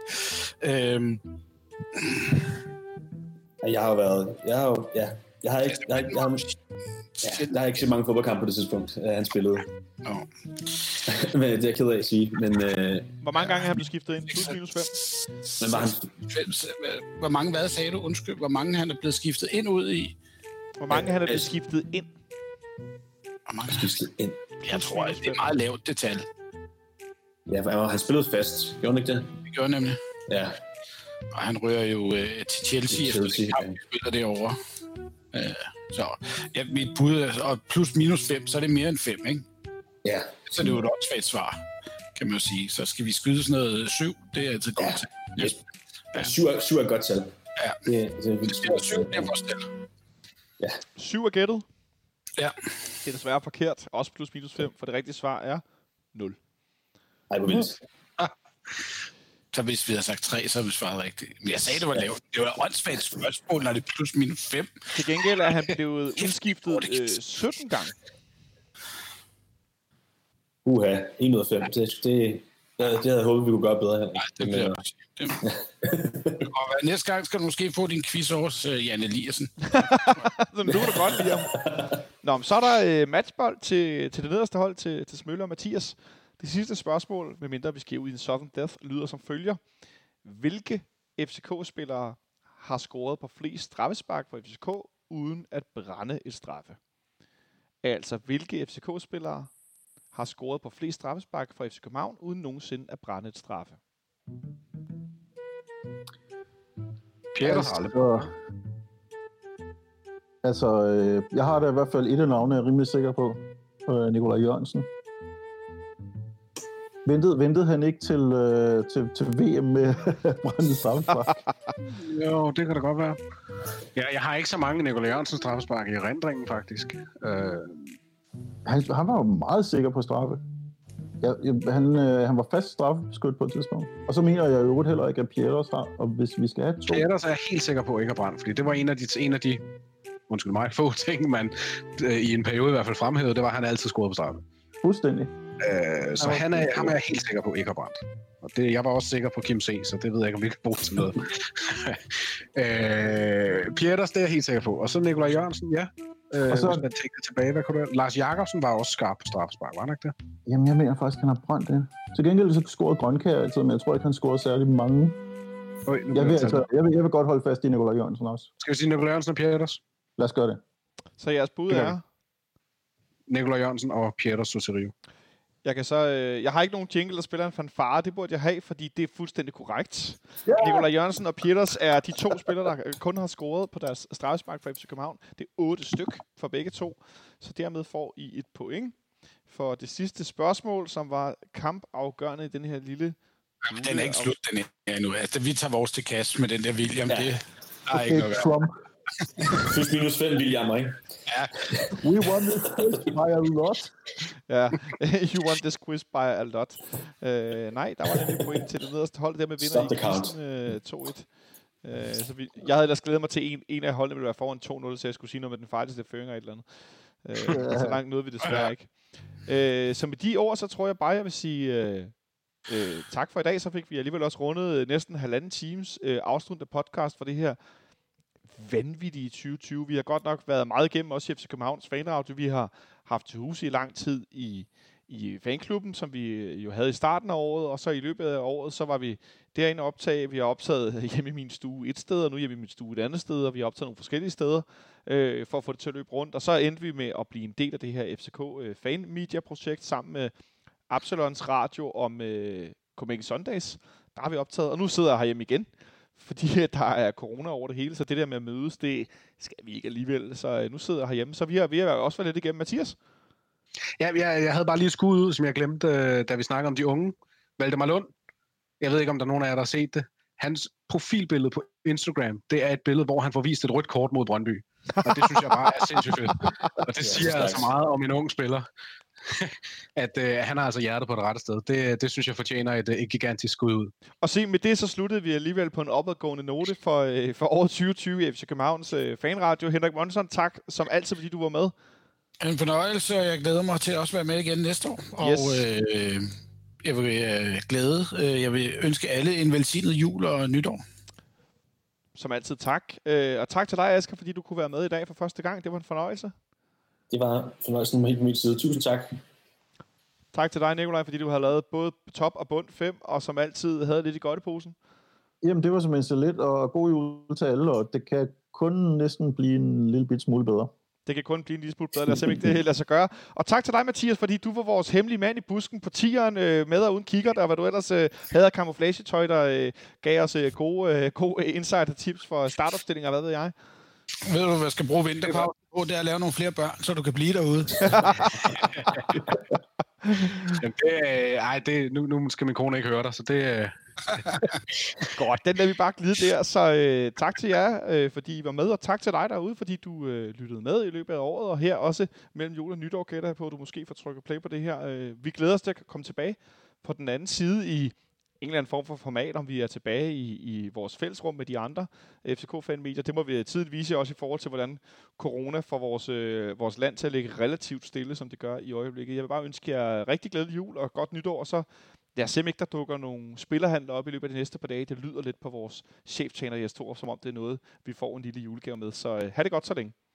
Jeg har ikke set mange fodboldkampe på det tidspunkt, han spillede. Men det er jeg ked af at sige. Men, hvor mange gange har han blevet skiftet ind? Plus minus 5? Men var han... Hvor mange, hvad sagde du? Undskyld. Hvor mange han er blevet skiftet ind ud i? Hvor mange han er blevet skiftet ind? Hvor mange skiftet ind? Jeg tror, det er meget lavt detal. Ja, han spillede fast. Gjorde han ikke det? Det gjorde nemlig. Ja. Og han rører jo til Chelsea efter det kamp, spiller derovre. Så ja, mit bud er, og plus minus 5, så er det mere end 5, ikke? Ja. Så det er jo et åndssvagt svar, kan man jo sige. Så skal vi skyde sådan noget 7, det er altid godt til. Yes. Ja. 7 er et godt tal. Ja. Det er 7, det er vores tal. Ja. 7 er gættet. Ja. Det er desværre forkert. Også plus minus 5, for det rigtige svar er 0. Ej, hvor vildt. Så hvis vi havde sagt 3, så havde vi svaret rigtigt. Men jeg sagde, det var lavt. Det var et åndssvagt spørgsmål, når det er plus minus 5. Til gengæld er han blevet udskiftet 17 gange. 1 ud af 5. Det havde jeg håbet, vi kunne gøre bedre her. Nej, det bliver også. Og næste gang skal du måske få din quiz hos Jan Eliassen. Så nu er det godt lige ham. Nå, så er der matchbold til det nederste hold, til Smølle og Mathias. Det sidste spørgsmål, medmindre vi skal ud i en sudden death, lyder som følger. Hvilke FCK-spillere har scoret på flest straffespark for FCK, uden at brænde et straffe? Altså, hvilke FCK-spillere har scoret på flest straffespark for FC København, uden nogensinde at brænde et straffe? Jeg har da i hvert fald et af navnene, jeg er rimelig sikker på. Nikolaj Jørgensen. Ventede han ikke til VM med brændende straffespark? Jo, det kan da godt være. Ja, jeg har ikke så mange Nikolaj Jørgensen straffespark i erindringen, faktisk. Han var jo meget sikker på straffe. Han var fast straffeskudt på et tidspunkt. Og så mener jeg jo heller ikke, at Pieters har. Og hvis vi skal have 2... Pieters er jeg helt sikker på ikke at brænde, fordi det var en af de undskyld mig, få ting, man i en periode i hvert fald fremhævede, det var, at han altid scorede på straffe. Fuldstændig. Så ham er jeg helt sikker på ikke har brændt. Og jeg var også sikker på Kim C, så det ved jeg ikke, om vi kan bruge til noget. Pieters, det er jeg helt sikker på. Og så Nikolaj Jørgensen, ja. Og så hvis man tænker tilbage, hvad kunne du... Lars Jacobsen var også skarp på straffespark, var han ikke det? Jamen, jeg mener faktisk, han har brændt det. Til gengæld så scorede Grønkjær altid, men jeg tror ikke, han scorede særlig mange. Jeg vil godt holde fast i Nikolaj Jørgensen også. Skal vi sige Nikolaj Jørgensen og Pieters? Lad os gøre det. Så jeres bud er? Nikolaj Jørgensen og Pieters Soterio. Jeg har ikke nogen jingle, der spiller en fanfare. Det burde jeg have, fordi det er fuldstændig korrekt. Yeah. Nikolaj Jørgensen og Pieters er de 2 spillere, der kun har scoret på deres straffespark for FC København. Det er 8 styk for begge 2. Så dermed får I et point for det sidste spørgsmål, som var kampafgørende i den her lille... Den er ikke slut, den er endnu. Altså, vi tager vores til kast med den der William. Ja. Det er ikke noget Trump. Plus -5 William, ikke? Ja. We won this quiz by a lot. Ja, you won this quiz by a lot. Nej, der var nemlig point til det nederste hold, der med vinder i quizzen 2-1. Jeg havde ellers glædet mig til en af holdene ville være foran 2-0, så jeg skulle sige noget med den farligste føring og et eller andet. Så langt nåede vi desværre ikke. Så med de ord, så tror jeg bare, jeg vil sige... tak for i dag, så fik vi alligevel også rundet næsten 1,5 times afsluttende podcast for det her vanvittige 2020. Vi har godt nok været meget igennem, også i FC Københavns fanradio. Vi har haft til huse i lang tid i fanklubben, som vi jo havde i starten af året, og så i løbet af året, så var vi derinde optaget. Vi har optaget hjemme i min stue et sted, og nu hjemme i min stue et andet sted, og vi har optaget nogle forskellige steder for at få det til at løbe rundt. Og så endte vi med at blive en del af det her FCK Fan Media projekt sammen med Absalons Radio om Coming Sundays. Der har vi optaget, og nu sidder jeg herhjemme igen, fordi der er corona over det hele, så det der med at mødes, det skal vi ikke alligevel. Så nu sidder jeg herhjemme, så vi har også været lidt igennem. Mathias? Ja, jeg havde bare lige skudt ud, som jeg glemte, da vi snakkede om de unge. Valdemar Lund. Jeg ved ikke, om der er nogen af jer, der har set det. Hans profilbillede på Instagram, det er et billede, hvor han får vist et rødt kort mod Brøndby. Og det synes jeg bare er sindssygt fedt. Og det siger altså meget om en ung spiller. At han har altså hjertet på det rette sted. Det synes jeg fortjener et gigantisk skud ud. Og se, med det så sluttede vi alligevel på en opadgående note for året 2020 i FC Københavns fanradio. Henrik Monson, tak som altid, fordi du var med. En fornøjelse, og jeg glæder mig til at også være med igen næste år. Yes. Og jeg vil ønske alle en velsignet jul og nytår. Som altid, tak. Og tak til dig, Asger, fordi du kunne være med i dag for første gang. Det var en fornøjelse. Det var fornøjelsen helt på min side. Tusind tak. Tak til dig, Nikolaj, fordi du har lavet både top og bund 5, og som altid havde lidt i godteposen. Jamen, det var simpelthen så lidt, og god jul til alle, og det kan kun næsten blive en lille bit smule bedre. Det kan kun blive en lille smule bedre. Lad os simpelthen ikke det lade sig gøre. Og tak til dig, Mathias, fordi du var vores hemmelige mand i busken på 10'eren med og uden kigger, der hvad du ellers havde af camouflage-tøj, der gav os gode insider-tips for startopstillinger, hvad ved jeg. Ved du, hvad jeg skal bruge vinterpause på? Det er at lave nogle flere børn, så du kan blive derude. Nu skal min kone ikke høre dig, så det... Godt, den lader vi bare glide der. Så tak til jer, fordi I var med, og tak til dig derude, fordi du lyttede med i løbet af året, og her også mellem jul og nytår gætter jeg på, at du måske får trykket play på det her. Vi glæder os til at komme tilbage på den anden side i en eller anden form for format, om vi er tilbage i vores fællesrum med de andre FCK-fanmedier. Det må vi tidligt vise også i forhold til, hvordan corona får vores land til at ligge relativt stille, som det gør i øjeblikket. Jeg vil bare ønske jer rigtig glædelig jul og godt nytår, og så jeg ser ikke, der dukker nogle spillerhandler op i løbet af de næste par dage. Det lyder lidt på vores cheftræner Jes Torup, som om det er noget, vi får en lille julegave med. Så have det godt så længe.